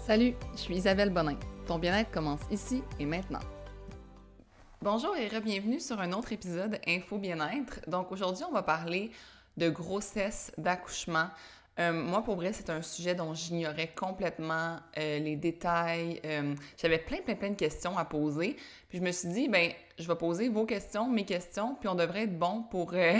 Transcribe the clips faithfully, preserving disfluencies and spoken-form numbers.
Salut, je suis Isabelle Bonin. Ton bien-être commence ici et maintenant. Bonjour et re-bienvenue sur un autre épisode Info Bien-être. Donc aujourd'hui, on va parler de grossesse, d'accouchement. Euh, moi, pour vrai, c'est un sujet dont j'ignorais complètement euh, les détails. Euh, j'avais plein, plein, plein de questions à poser. Puis je me suis dit, ben, je vais poser vos questions, mes questions, puis on devrait être bon pour... euh,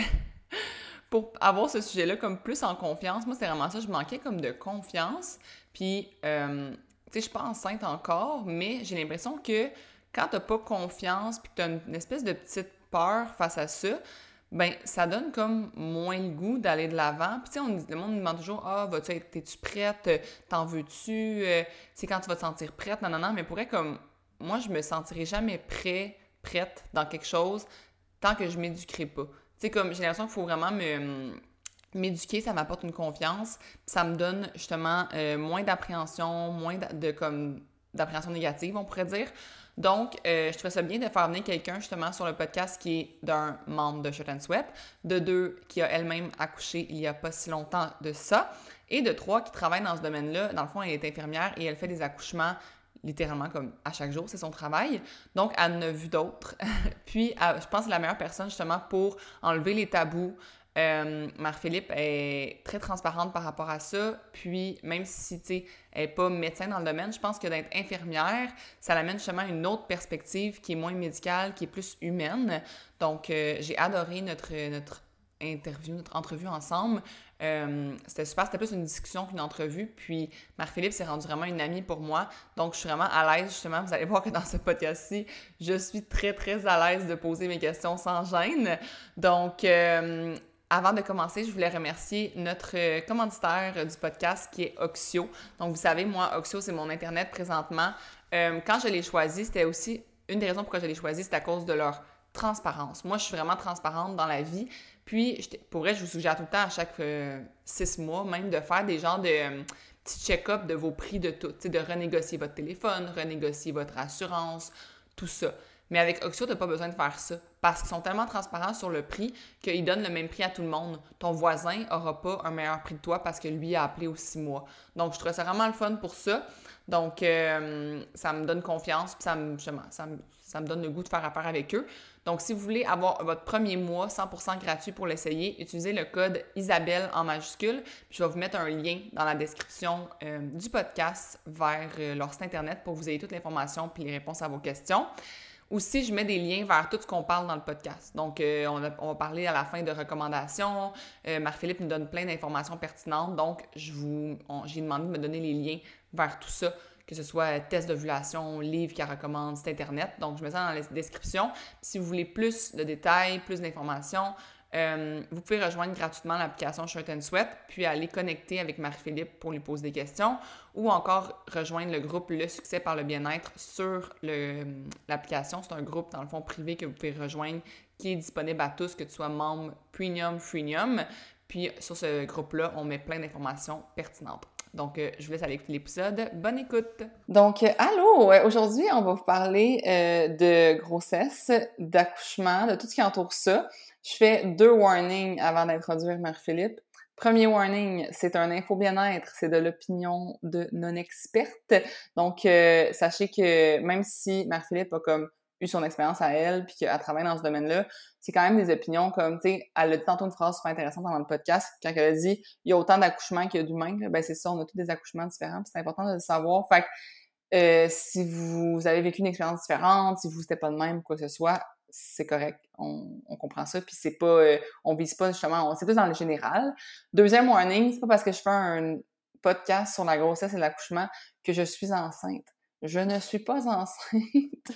pour avoir ce sujet-là comme plus en confiance. Moi, c'est vraiment ça, je manquais comme de confiance. Puis, euh, tu sais, je suis pas enceinte encore, mais j'ai l'impression que quand t'as pas confiance puis que t'as une espèce de petite peur face à ça, ben ça donne comme moins le goût d'aller de l'avant. Puis tu sais, on, le monde me demande toujours « Ah, vas-tu être, t'es-tu prête? T'en veux-tu? Euh, Tu sais, quand tu vas te sentir prête? » Non, non, non, mais pour vrai, comme, moi, je me sentirai jamais prêt, prête dans quelque chose tant que je m'éduquerai pas. Tu sais, comme, j'ai l'impression qu'il faut vraiment me m'éduquer, ça m'apporte une confiance, puis ça me donne justement euh, moins d'appréhension, moins de, de comme d'appréhension négative, on pourrait dire. Donc, euh, je trouvais ça bien de faire venir quelqu'un justement sur le podcast qui est d'un membre de Shut and Sweat, de deux, qui a elle-même accouché il y a pas si longtemps de ça, et de trois, qui travaille dans ce domaine-là. Dans le fond, elle est infirmière et elle fait des accouchements littéralement comme à chaque jour, c'est son travail. Donc, elle en a vu d'autres. Puis, elle, je pense que c'est la meilleure personne justement pour enlever les tabous. Euh, Marie-Philippe est très transparente par rapport à ça. Puis, même si, tu sais, elle n'est pas médecin dans le domaine, je pense que d'être infirmière, ça l'amène justement une autre perspective qui est moins médicale, qui est plus humaine. Donc, euh, j'ai adoré notre, notre interview, notre entrevue ensemble. Euh, c'était super, c'était plus une discussion qu'une entrevue. Puis Marie-Philippe s'est rendue vraiment une amie pour moi. Donc, je suis vraiment à l'aise, justement. Vous allez voir que dans ce podcast-ci, je suis très, très à l'aise de poser mes questions sans gêne. Donc, euh, avant de commencer, je voulais remercier notre commanditaire du podcast qui est Oxio. Donc, vous savez, moi, Oxio, c'est mon Internet présentement. Euh, quand je l'ai choisi, c'était aussi une des raisons pourquoi je l'ai choisi, c'est à cause de leur transparence. Moi, je suis vraiment transparente dans la vie. Puis, pour vrai, je vous suggère tout le temps, à chaque euh, six mois, même, de faire des genres de euh, petits check-up de vos prix de tout. Tu sais, de renégocier votre téléphone, renégocier votre assurance, tout ça. Mais avec Oxio, tu n'as pas besoin de faire ça parce qu'ils sont tellement transparents sur le prix qu'ils donnent le même prix à tout le monde. Ton voisin n'aura pas un meilleur prix de toi parce que lui a appelé aux six mois. Donc, je trouve ça vraiment le fun pour ça. Donc, euh, ça me donne confiance puis ça me, ça, me, ça me donne le goût de faire affaire avec eux. Donc, si vous voulez avoir votre premier mois cent pour cent gratuit pour l'essayer, utilisez le code Isabelle en majuscule. Puis je vais vous mettre un lien dans la description euh, du podcast vers euh, leur site internet pour que vous ayez toute l'information puis les réponses à vos questions. Aussi, je mets des liens vers tout ce qu'on parle dans le podcast. Donc, euh, on, a, on va parler à la fin de recommandations. Euh, Marie-Philippe nous donne plein d'informations pertinentes. Donc, je vous, on, j'ai demandé de me donner les liens vers tout ça, que ce soit test d'ovulation, livre qu'elle recommande, site internet. Donc, je mets ça dans la description. Puis, si vous voulez plus de détails, plus d'informations, euh, vous pouvez rejoindre gratuitement l'application Shut and Sweat, puis aller connecter avec Marie-Philippe pour lui poser des questions, ou encore rejoindre le groupe Le Succès par le bien-être sur le, l'application. C'est un groupe, dans le fond, privé que vous pouvez rejoindre, qui est disponible à tous, que tu sois membre Premium, Freemium. Puis sur ce groupe-là, on met plein d'informations pertinentes. Donc, euh, je vous laisse aller écouter l'épisode. Bonne écoute! Donc, euh, allô! Aujourd'hui, on va vous parler euh, de grossesse, d'accouchement, de tout ce qui entoure ça. Je fais deux warnings avant d'introduire Marie-Philippe. Premier warning, c'est un info bien-être, c'est de l'opinion de non-experte. Donc, euh, sachez que même si Marie-Philippe a comme eu son expérience à elle, puis qu'elle travaille dans ce domaine-là, c'est quand même des opinions comme, tu sais, elle a dit tantôt une phrase super intéressante dans le podcast, quand elle a dit « il y a autant d'accouchements qu'il y a d'humains », ben c'est ça, on a tous des accouchements différents, puis c'est important de le savoir. Fait que, euh, si vous avez vécu une expérience différente, si vous n'étiez pas de même ou quoi que ce soit, c'est correct, on, on comprend ça, puis c'est pas, euh, on vise pas justement, on c'est plus dans le général. Deuxième warning, c'est pas parce que je fais un podcast sur la grossesse et l'accouchement que je suis enceinte. Je ne suis pas enceinte.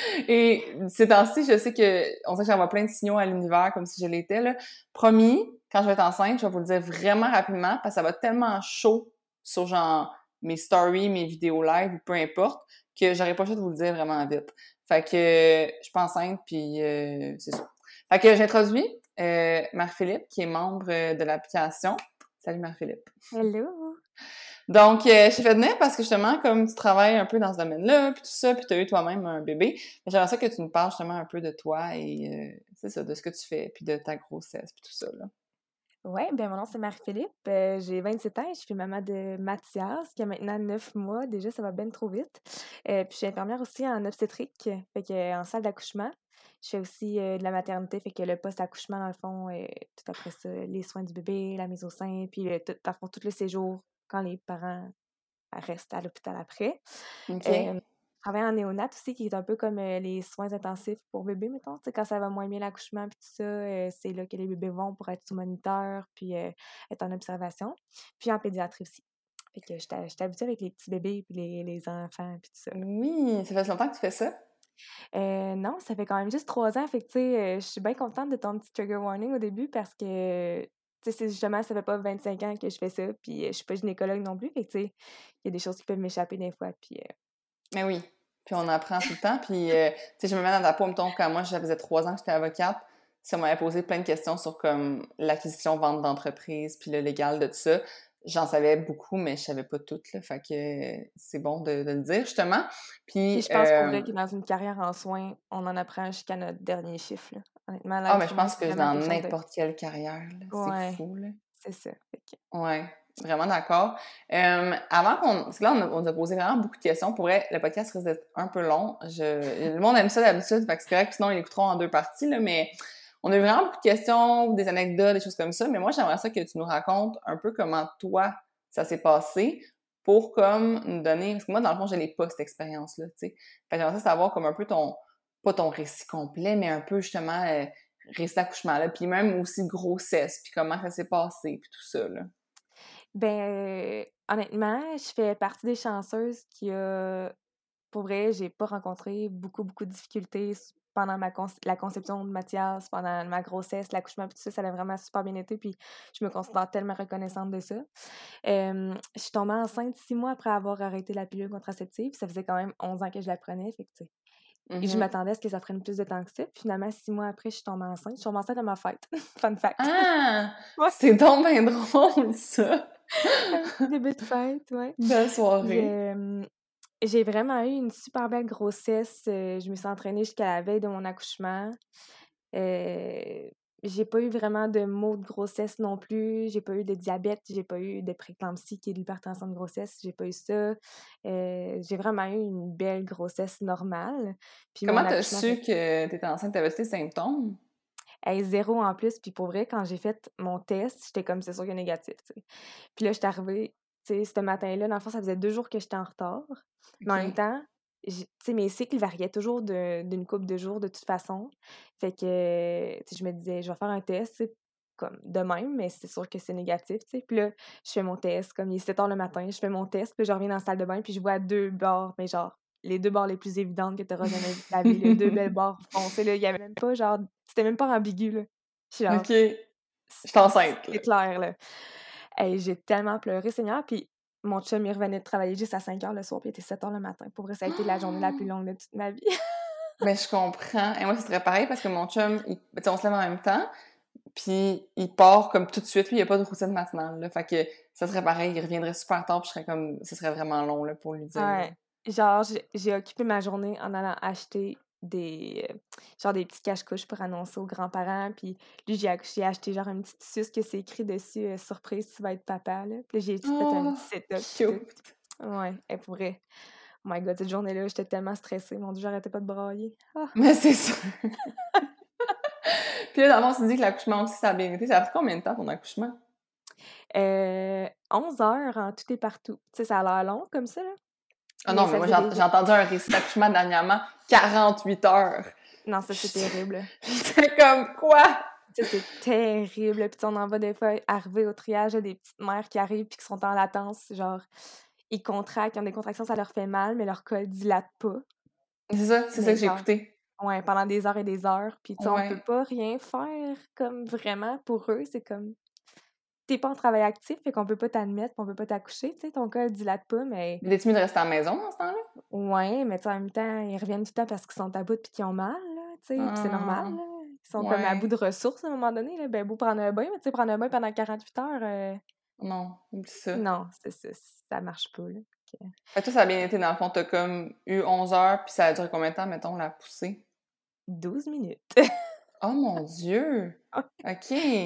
Et ces temps-ci, je sais que, on sait que j'envoie plein de signaux à l'univers comme si je l'étais, là. Promis, quand je vais être enceinte, je vais vous le dire vraiment rapidement parce que ça va tellement chaud sur genre mes stories, mes vidéos live, peu importe, que j'aurais pas le choix de vous le dire vraiment vite. Fait que je suis pas enceinte, puis euh, c'est ça. Fait que j'introduis euh, Marie-Philippe, qui est membre de l'application. Salut Marie-Philippe. Hello! Donc, euh, je t'ai fait venir parce que justement, comme tu travailles un peu dans ce domaine-là, puis tout ça, puis tu as eu toi-même un bébé, j'aimerais ça que tu nous parles justement un peu de toi et euh, c'est ça, de ce que tu fais, puis de ta grossesse, puis tout ça, là. Ouais, ben mon nom c'est Marie-Philippe, heu, j'ai vingt-sept ans et je suis maman de Mathias qui a maintenant neuf mois. Déjà, ça va ben trop vite. Heu, puis je suis infirmière aussi en obstétrique, fait que en salle d'accouchement. Je fais aussi, heu, de la maternité, fait que le post-accouchement dans le fond, heu, tout après ça, les soins du bébé, la mise au sein, puis le tout dans le fond, tout le séjour quand les parents restent à l'hôpital après. Hem, OK. je travaille en néonat aussi, qui est un peu comme, heu, les soins intensifs pour bébés, mettons. Tu sais, quand ça va moins bien l'accouchement puis tout ça, heu, c'est là que les bébés vont pour être sous moniteur puis, heu, être en observation. Puis en pédiatrie aussi. Fait que j'étais j'étais habituée avec les petits bébés puis les les enfants puis tout ça, là. Oui, ça fait longtemps que tu fais ça? Heu, non, ça fait quand même juste trois ans, fait que tu sais, heu, je suis bien contente de ton petit trigger warning au début parce que, tu sais, c'est justement ça fait pas vingt-cinq ans que je fais ça, puis, heu, je suis pas gynécologue non plus, fait que tu sais, il y a des choses qui peuvent m'échapper des fois, puis, heu, Mais oui, puis c'est on ça. apprend tout le temps, puis heu, tu sais, je me mets dans ta peau, mettons, quand moi, ça faisait trois ans que j'étais avocate, ça m'avait posé plein de questions sur, comme, l'acquisition, vente d'entreprise, puis le légal de tout ça. J'en savais beaucoup, mais je savais pas tout, là, fait que c'est bon de de le dire, justement. Puis Puis, je pense pour vrai hem que dans une carrière en soins, on en apprend jusqu'à notre dernier chiffre, là. Honnêtement, ah, mais l'être je humain, pense c'est que vraiment dans quelque chose de n'importe quelle carrière, là, c'est ouais, fou, là. c'est ça, fait que Ouais, vraiment d'accord. Hem, avant qu'on parce que là, on a on nous a posé vraiment beaucoup de questions. Pour vrai, le podcast risque d'être un peu long. Je le monde aime ça d'habitude, fait que c'est correct, sinon ils l'écouteront en deux parties, là, mais on a eu vraiment beaucoup de questions, des anecdotes, des choses comme ça, mais moi, j'aimerais ça que tu nous racontes un peu comment toi, ça s'est passé pour comme nous donner parce que moi, dans le fond, je l'ai pas cette expérience-là, tu sais. Fait que j'aimerais ça savoir comme un peu ton pas ton récit complet, mais un peu justement, heu, récit d'accouchement-là, puis même aussi grossesse, puis comment ça s'est passé, puis tout ça, là. ben, heu, honnêtement, je fais partie des chanceuses qui a pour vrai, j'ai pas rencontré beaucoup, beaucoup de difficultés s pendant ma conc la conception de Mathias, pendant ma grossesse, l'accouchement puis tout ça, ça a vraiment super bien été puis je me considère tellement reconnaissante de ça. Hem, je suis tombée enceinte six mois après avoir arrêté la pilule contraceptive, ça faisait quand même onze ans que je la prenais, fait que tu sais, je Mhm. m'attendais à ce que ça prenne plus de temps que ça, puis finalement six mois après, je suis tombée enceinte. Je suis tombée enceinte à ma fête, fun fact. Ah! Ouais, C'est donc bien drôle, ça! un petit bébé de fête, ouais. Belle Puis, soirée. hem j'ai vraiment eu une super belle grossesse, heu, je me suis entraînée jusqu'à la veille de mon accouchement. Heu, j'ai pas eu vraiment de maux de grossesse non plus, j'ai pas eu de diabète, j'ai pas eu de préclampsie qui est l'hypertension de grossesse, j'ai pas eu ça. Heu, j'ai vraiment eu une belle grossesse normale. Puis mon Comment t'as accouchement su que t'étais enceinte? T'avais-tu des symptômes? hey, zéro en plus, puis pour vrai, quand j'ai fait mon test, j'étais comme: «C'est sûr qu'il est négatif», tu sais. Puis là, j'étais arrivée, tu sais, ce matin-là, dans le fond, ça faisait deux jours que j'étais en retard, mais en même OK. temps, j'ai tu sais, mes cycles variaient toujours de d'une couple de jours de toute façon. Fait que, tu sais, je me disais: «Je vais faire un test, tu sais, comme de même, mais c'est sûr que c'est négatif», tu sais. Puis là, je fais mon test, comme il est sept heures le matin, je fais mon test, puis je reviens dans la salle de bain, puis je vois deux barres, mais genre les deux barres les plus évidentes que tu auras jamais vues de ta vie, là, deux belles barres foncées, là, il y avait même pas genre c'était même pas ambigu, là. Je suis genre: OK. J'étais enceinte, là. «C'est clair, là». Hey, j'ai tellement pleuré, Seigneur, puis mon chum, il revenait de travailler juste à cinq heures le soir, puis il était sept heures le matin. Pour vrai, ça a été la journée la plus longue de toute ma vie. Mais je comprends. Et moi, ce serait pareil parce que mon chum, il... tu sais, on se lève en même temps, puis il part comme tout de suite. Lui, il n'y a pas de routine matinale, là. Fait que ça serait pareil. Il reviendrait super tard, puis je serais comme... Ce serait vraiment long, là, pour lui dire, là. Ouais, genre, j'ai j'ai occupé ma journée en allant acheter des, heu, genre des petits cache-couches pour annoncer aux grands-parents, puis lui, j'ai ac j'ai acheté genre un petit tissu que c'est écrit dessus, heu: «Surprise, tu vas être papa», là. Puis là, j'ai tout fait un Oh, petit setup puis tout. cute! Ouais, et pour vrai, oh my god, cette journée-là, j'étais tellement stressée, mon Dieu, j'arrêtais pas de brailler. Ah! Mais c'est ça. Puis là, dans le fond, tu dis que l'accouchement aussi, ça a bien été. Ça a pris combien de temps, ton accouchement? Heu, onze heures en tout et partout. Tu sais, ça a l'air long comme ça, là, Ah mais non, mais ça moi, faisait j'ai ent- déjà j'ai entendu un récit d'accouchement dernièrement, quarante-huit heures. non, ça, c'est J'étais terrible. j'étais comme, quoi? Ça, c'est terrible, puis tu sais, on en voit des fois arriver au triage, là, des petites mères qui arrivent puis qui sont en latence, genre, ils contractent, ils ont des contractions, ça leur fait mal, mais leur col dilate pas. C'est ça, c'est ça Mais que j'ai genre écouté. ouais, pendant des heures et des heures, puis tu sais, on peut Ouais. pas rien faire comme vraiment pour eux, c'est comme tu es pas en travail actif, fait qu'on peut pas t'admettre, puis on peut pas t'accoucher, tu sais, ton col dilate pas, mais Mais t'es-tu mieux de rester à la maison dans ce temps-là? ouais, mais tu sais, en même temps, ils reviennent tout le temps parce qu'ils sont à bout puis qu'ils ont mal, là, tu sais, puis c'est normal, Ah, là. Ils sont comme à bout ouais. de ressources à un moment donné, là. Ben, beau prendre un bain, mais tu sais, prendre un bain pendant quarante-huit heures, heu, Non, oublie ça. non, c'est ça, ça marche pas, là. Fait que Fait que toi, ça a bien été, dans le fond, t'as comme eu onze heures, puis ça a duré combien de temps, mettons, la poussée? douze minutes. Oh mon Dieu! OK.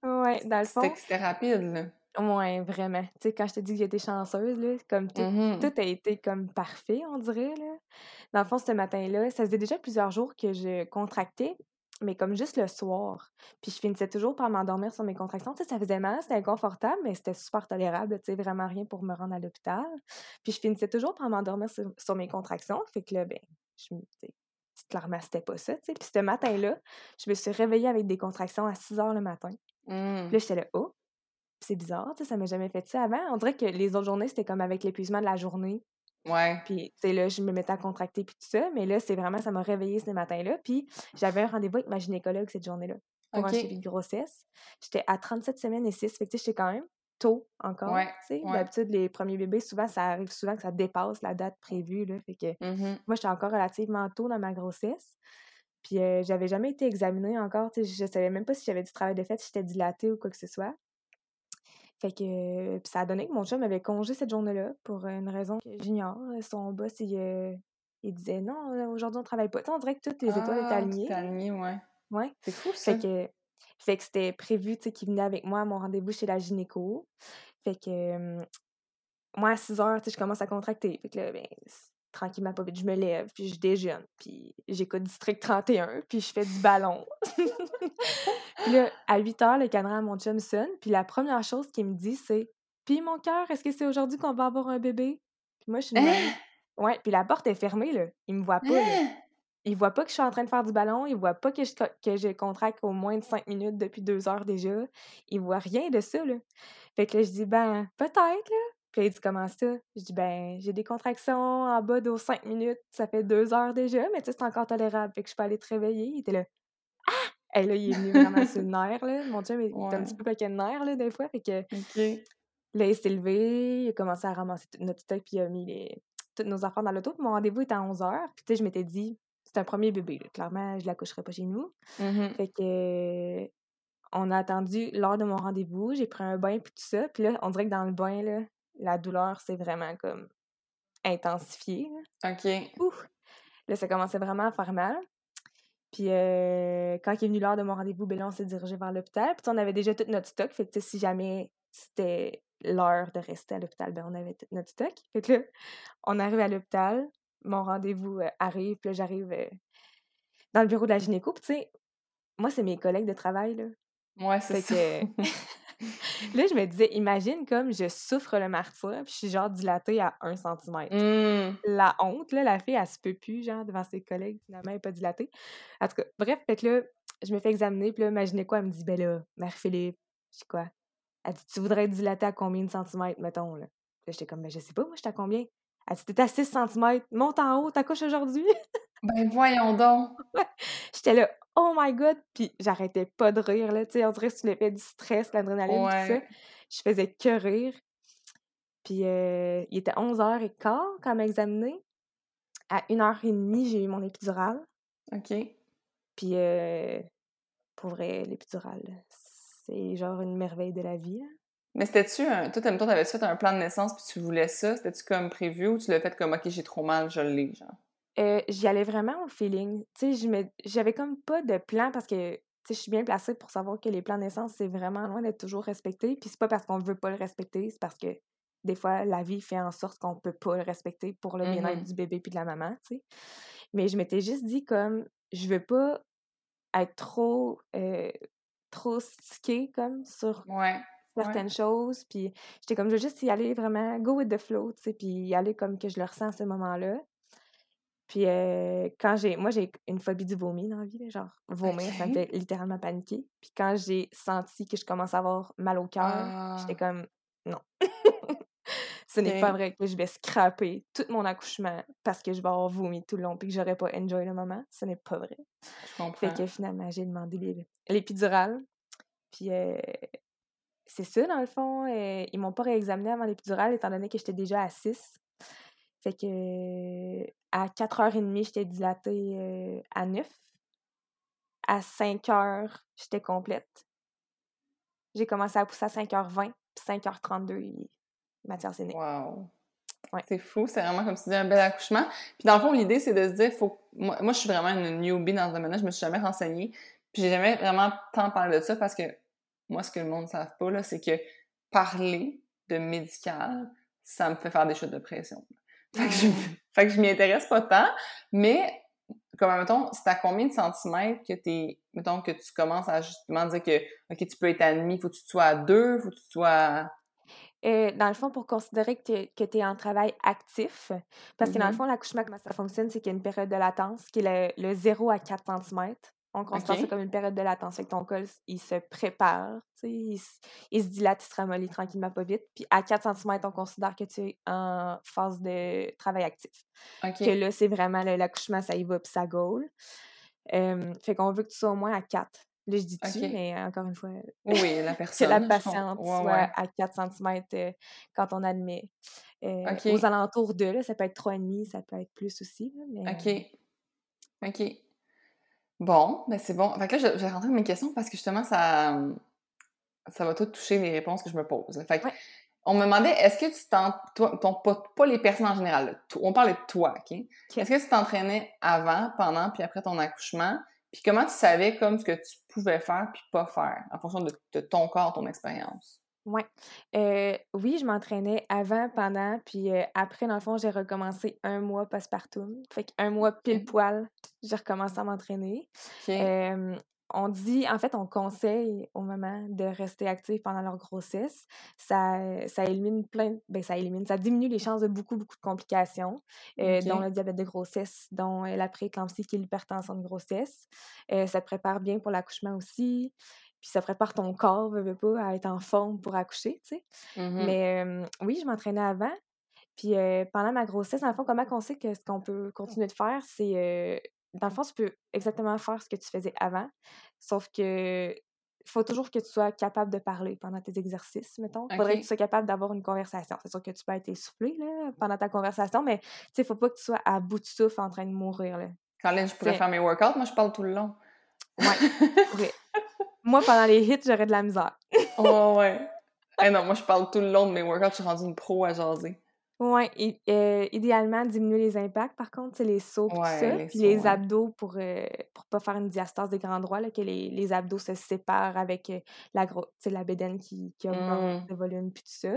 Ouais, dans le C'était fond c'était rapide, là. ouais, vraiment. Tu sais, quand je te dis que j'étais chanceuse, là, comme tout tout Mhm. a été comme parfait, on dirait, là. Dans le fond, ce matin-là, ça faisait déjà plusieurs jours que je contractais, mais comme juste le soir. Puis je finissais toujours par m'endormir sur mes contractions. Tu sais, ça faisait mal, c'était inconfortable, mais c'était super tolérable, tu sais, vraiment rien pour me rendre à l'hôpital. Puis je finissais toujours par m'endormir sur sur mes contractions, fait que là, ben, je me tu sais, clairement, c'était pas ça, tu sais. Puis ce matin-là, je me suis réveillée avec des contractions à six heures le matin. Puis Mm. là, j'étais là: «Oh!» C'est bizarre, tu sais, ça m'a jamais fait ça avant. On dirait que les autres journées, c'était comme avec l'épuisement de la journée, Ouais. puis, tu sais, là, je me mettais à contracter puis tout ça, mais là, c'est vraiment ça m'a réveillée ce matin-là, puis j'avais un rendez-vous avec ma gynécologue cette journée-là pour un suivi OK. de grossesse. J'étais à trente-sept semaines et six, fait que, tu sais, j'étais quand même tôt encore, Ouais. tu sais. Ouais. D'habitude, les premiers bébés, souvent, ça arrive souvent que ça dépasse la date prévue, là, fait que Mhm. moi, j'étais encore relativement tôt dans ma grossesse, puis heu, j'avais jamais été examinée encore, tu sais, je savais même pas si j'avais du travail de fait, si j'étais dilatée ou quoi que ce soit. Fait que puis ça a donné que mon chum avait congé cette journée-là pour, heu, une raison que j'ignore. Son boss, il, heu, il disait: «Non, heu, aujourd'hui on travaille pas». Tu sais, on dirait que toutes les étoiles étaient Ah, alignées, tout là. aligné, ouais. Ouais. C'est fou, Fait ça. que fait que c'était prévu, tu sais, qu'il venait avec moi à mon rendez-vous chez la gynéco. Fait que, hem, moi à six heures, tu sais, je commence à contracter. Fait que là, ben, s tranquillement pas vite, je me lève, puis je déjeune, puis j'écoute District trente et un, puis je fais du ballon. Puis là, à huit heures, le cadran à mon chum sonne, puis la première chose qu'il me dit, c'est: «Puis mon cœur, est-ce que c'est aujourd'hui qu'on va avoir un bébé?» Puis moi, je suis de même. Hein? Ouais, puis la porte est fermée, là. Il me voit pas, là. Hein? Il voit pas que je suis en train de faire du ballon, il voit pas que je co que je contracte au moins de cinq minutes depuis deux heures déjà. Il voit rien de ça, là. Fait que là, je dis: «Ben, peut-être, là». Puis là, il dit: «Comment ça?» Je dis: «Ben, j'ai des contractions en bas d'aux cinq minutes, ça fait deux heures déjà, mais tu sais, c'est encore tolérable, fait que je peux aller te réveiller». Il était là: Hey, là, il est venu vraiment sur le nerf, là. Mon chum, il est un petit Ouais. peu paquet de nerfs, là, des fois. Fait que OK. là, il s'est levé, il a commencé à ramasser tout notre stock, puis il a mis les toutes nos affaires dans l'auto. Puis mon rendez-vous était à onze heures. Puis, tu sais, je m'étais dit, c'est un premier bébé, là. Clairement, je l'accoucherai pas chez nous. Mhm. Fait que, on a attendu l'heure de mon rendez-vous. J'ai pris un bain, puis tout ça. Puis là, on dirait que dans le bain, là, la douleur s'est vraiment comme intensifiée, là. OK. Ouf! Là, ça commençait vraiment à faire mal. Puis heu, quand il est venu l'heure de mon rendez-vous, ben là, on s'est dirigé vers l'hôpital. Puis tu sais, on avait déjà tout notre stock, fait que tu sais, si jamais c'était l'heure de rester à l'hôpital, ben on avait tout notre stock. Fait que là, on arrive à l'hôpital, mon rendez-vous, heu, arrive, puis là, j'arrive, heu, dans le bureau de la gynéco, puis tu sais, moi, c'est mes collègues de travail, là. Ouais, c'est Fait ça. que là, je me disais: «Imagine comme je souffre le martyre, puis je suis genre dilatée à un centimètre». Mmh. La honte, là, la fille, elle se peut plus, genre, devant ses collègues, finalement, elle est pas dilatée. En tout cas, bref, fait que là, je me fais examiner, puis là, imaginez quoi, elle me dit: «Ben là, Marie-Philippe», je dis: «Quoi?» Elle dit: «Tu voudrais être dilatée à combien de centimètres, mettons, là?» Là, j'étais comme: «Ben, je sais pas, moi, j'étais à combien?» Elle dit: «Tu à six centimètres, monte en haut, t'accouches aujourd'hui?» Ben voyons donc! Ouais. J'étais là: «Oh my god!» Puis j'arrêtais pas de rire, là, tu sais, on dirait sous l'effet du stress, l'adrénaline, tout ça. Ouais. Je faisais que rire. Puis, heu, il était onze heures quinze quand elle m'a examinée. À une heure trente, j'ai eu mon épidural. OK. Puis, heu, pour vrai, l'épidural, c'est genre une merveille de la vie, là. Mais c'était-tu un toi, tu t'avais-tu fait un plan de naissance puis tu voulais ça? C'était-tu comme prévu ou tu l'as fait comme: «OK, j'ai trop mal, je l'ai», genre? Heu, j'y allais vraiment au feeling. Tu sais, je me j'avais comme pas de plan parce que, tu sais, je suis bien placée pour savoir que les plans de naissance, c'est vraiment loin d'être toujours respecté. Puis c'est pas parce qu'on veut pas le respecter, c'est parce que des fois, la vie fait en sorte qu'on peut pas le respecter pour le bien-être Mhm. du bébé puis de la maman, tu sais. Mais je m'étais juste dit comme: «Je veux pas être trop, heu, trop stickée comme sur Ouais. Ouais. certaines choses», puis j'étais comme: «Je veux juste y aller vraiment go with the flow», tu sais, puis y aller comme que je le ressens à ce moment-là. Puis, heu, quand j'ai moi, j'ai une phobie du vomi dans la vie, là, genre vomir, ça me fait OK. littéralement paniquer. Puis quand j'ai senti que je commençais à avoir mal au cœur, j'étais Ah! comme: «Non, ce n'est pas OK. vrai que je vais scraper tout mon accouchement parce que je vais avoir vomi tout le long puis que j'aurais pas enjoy le moment, ce n'est pas vrai». Je Fait comprends. que finalement, j'ai demandé l'é l'épidural, puis, heu, c'est ça dans le fond, heu, ils m'ont pas réexaminée avant l'épidural étant donné que j'étais déjà à six. Fait que, à quatre heures trente, j'étais dilatée, heu, à neuf. À cinq heures, j'étais complète. J'ai commencé à pousser à cinq heures vingt, puis cinq heures trente-deux, il matière scénique. Wow! Ouais. C'est fou, c'est vraiment comme tu dis un bel accouchement. Puis dans le fond, l'idée, c'est de se dire, faut moi, moi, je suis vraiment une newbie dans ce domaine-là, je me suis jamais renseignée. Puis j'ai jamais vraiment tant parlé de ça parce que moi, ce que le monde ne savent pas, là, c'est que parler de médical, ça me fait faire des chutes de pression. Fait que je, Mmh. fait que je m'y intéresse pas tant, mais comme, mettons, c'est à combien de centimètres que t'es, mettons, que tu commences à justement dire que, OK, tu peux être admis, faut que tu sois à deux, faut que tu sois à... Heu, dans le fond, pour considérer que tu que tu es en travail actif, parce que dans le Mhm. fond, l'accouchement, comment ça fonctionne, c'est qu'il y a une période de latence qui est le le zéro à quatre centimètres. On considère ça OK, comme une période de latence. Fait que ton col, il se prépare, tu sais, il se il se dilate, il se ramollit tranquillement, pas vite. Puis à quatre centimètres, on considère que tu es en phase de travail actif. Que OK, là, c'est vraiment le l'accouchement, ça y va puis ça gaule. Hem, fait qu'on veut que tu sois au moins à quatre. Là, je dis «tu», OK. mais encore une fois, Oui, la que la personne, je comprends. patiente Ouais, soit ouais. à quatre centimètres, heu, quand on admet. Heu, aux OK, alentours de, là, ça peut être trois virgule cinq, ça peut être plus aussi, là, mais heu OK, OK. Bon, ben c'est bon. Fait que là, je je vais rentrer dans mes questions parce que justement, ça, mmh, ça va tout toucher les réponses que je me pose. Fait que ouais, on me demandait, est-ce que tu t'en... Toi, ton, pas, pas les personnes en général, là, to- on parlait de toi, OK? OK. Est-ce que tu t'entraînais avant, pendant, puis après ton accouchement? Puis comment tu savais comme ce que tu pouvais faire puis pas faire en fonction de, de ton corps, ton expérience? Ouais. Heu, oui, je m'entraînais avant, pendant, puis, heu, après, dans le fond, j'ai recommencé un mois postpartum. Fait qu'un mois pile OK. poil, j'ai recommencé à m'entraîner. OK. Hem, on dit en fait, on conseille aux mamans de rester actives pendant leur grossesse. Ça, heu, ça élimine plein de ben, ça élimine, ça diminue les chances de beaucoup, beaucoup de complications, heu, dont OK. le diabète de grossesse, dont, heu, la prééclampsie qui est l'hypertension de grossesse. Heu, ça te prépare bien pour l'accouchement aussi. Puis ça prépare ton corps, veux, veux pas, à être en forme pour accoucher, tu sais. Mhm. Mais hem, oui, je m'entraînais avant. Puis, heu, pendant ma grossesse, dans le fond, comment qu'on sait que ce qu'on peut continuer de faire, c'est, heu, dans le fond, tu peux exactement faire ce que tu faisais avant, sauf que faut toujours que tu sois capable de parler pendant tes exercices, mettons. Faudrait que tu OK. sois capable d'avoir une conversation. C'est sûr que tu peux être essoufflé, là, pendant ta conversation, mais tu sais, faut pas que tu sois à bout de souffle en train de mourir, là. Caroline, je pourrais Tu faire mes workouts, moi je parle tout le long. ouais, tu pourrais. Moi, pendant les hits, j'aurais de la misère. Ouais, ouais. Eh non, moi je parle tout le long de mes workouts, je suis rendue une pro à jaser. Ouais, i heu, idéalement, diminuer les impacts, par contre, tu sais, les sauts puis tout Ouais, ça, les puis sauts, les ouais. abdos pour, heu, pour pas faire une diastase des grands droits, là, que les les abdos se séparent avec, heu, la gros tu sais, la bédaine qui qui augmente Mmh. de volume puis tout ça.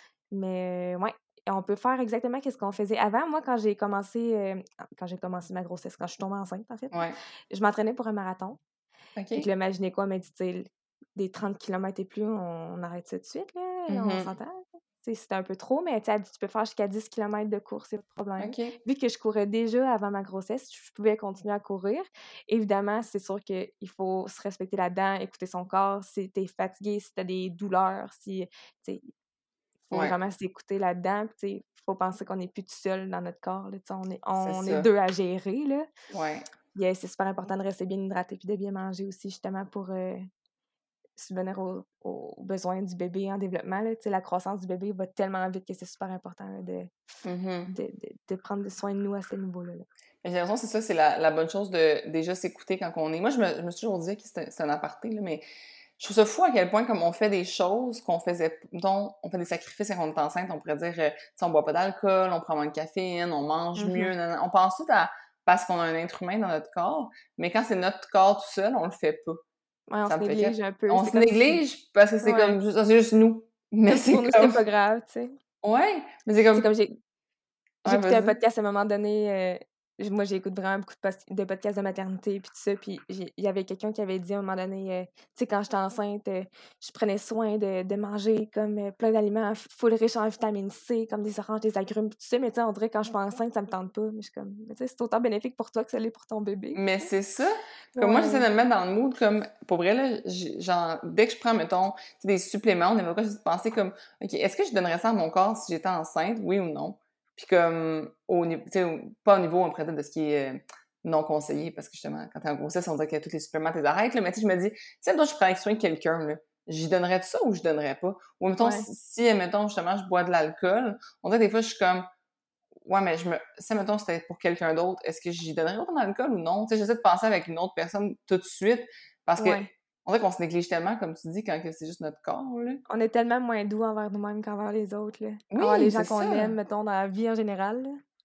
Mais euh, ouais, on peut faire exactement qu'est-ce qu'on faisait avant. Moi, quand j'ai commencé, hem, quand j'ai commencé ma grossesse, quand je suis tombée enceinte, en fait, là, Ouais. je m'entraînais pour un marathon. Fait que là, OK. imaginez quoi, elle m'a dit, tu sais, des trente kilomètres et plus, on on arrête ça tout de suite, là, là, on Mhm. s'entend? Tu sais, c'était un peu trop, mais tu sais, elle dit: «Tu peux faire jusqu'à dix kilomètres de course, c'est pas de problème». OK. Vu que je courais déjà avant ma grossesse, je pouvais continuer à courir. Évidemment, c'est sûr qu'il faut se respecter là-dedans, écouter son corps. Si tu es fatigué, si tu as des douleurs, si tu sais, il faut Ouais, vraiment s'écouter là-dedans. Puis tu sais, il faut penser qu'on n'est plus tout seul dans notre corps, là, tu sais, on est c'est on est ça. deux à gérer, là. Ouais. Puis, heu, c'est super important de rester bien hydraté puis de bien manger aussi justement pour, heu, subvenir aux aux besoins du bébé en développement, là. Tu sais, la croissance du bébé va tellement vite que c'est super important, là, de Mhm. de de de prendre soin de nous à ce niveau-là, là. J'ai l'impression que c'est ça, c'est la, la bonne chose de déjà s'écouter quand on est. Moi, je me, je me suis toujours dit que c'est un, c'est un aparté, là, mais je trouve ça fou à quel point, comme on fait des choses qu'on faisait, dont on fait des sacrifices quand on est enceinte, on pourrait dire, euh, tu sais, on boit pas d'alcool, on prend moins de caféine, on mange Mmh. mieux, nan, nan. On pense tout à parce qu'on a un être humain dans notre corps, mais quand c'est notre corps tout seul, on le fait pas. Ouais, on Ça se me fait que néglige un peu. on C'est se comme si néglige parce que c'est ouais, comme juste, c'est juste nous. Mais comme si pour c'est nous, c'était comme, pas grave, tu sais. ouais, mais c'est C'est comme, comme j'ai ouais, J'écoutais un vas-y. podcast à un moment donné, heu, j moi, j'écoute vraiment beaucoup de post de podcasts de maternité puis tout ça, puis j'ai il y avait quelqu'un qui avait dit à un moment donné, heu, tu sais, quand j'étais enceinte, heu, je prenais soin de de manger comme, heu, plein d'aliments f full riches en vitamine C, comme des oranges, des agrumes puis tout ça, mais tu sais, on dirait quand je suis pas enceinte, ça me tente pas. Mais je suis comme: «Mais tu sais, c'est autant bénéfique pour toi que ça l'est pour ton bébé», Mais tu sais? c'est ça. Comme moi, j'essaie Ouais. de me mettre dans le mood comme pour vrai là, j'ai- genre dès que je prends mettons tu sais, des suppléments, on évoque juste de penser comme OK, est-ce que je donnerais ça à mon corps si j'étais enceinte, oui ou non? Puis comme au niveau tu sais au- pas au niveau on pourrait dire de ce qui est euh, non conseillé parce que justement quand t'es en grossesse, on dirait que tous les suppléments t'es arrêtes là, mais tu sais je me dis, tu sais toi je prends soin de quelqu'un là, j'y donnerais ça ou je donnerais pas? Ou mettons Ouais. si, si mettons justement je bois de l'alcool, on dirait des fois je suis comme ouais, mais je me. Si, mettons, c'était pour quelqu'un d'autre, est-ce que j'y donnerais autant d'alcool ou non? Tu sais, j'essaie de penser avec une autre personne tout de suite parce que Ouais. on dirait qu'on se néglige tellement, comme tu dis, quand que c'est juste notre corps, là. On est tellement moins doux envers nous-mêmes qu'envers les autres, là. Envers les Oui, c'est gens qu'on aime, ça. mettons, dans la vie en général, là.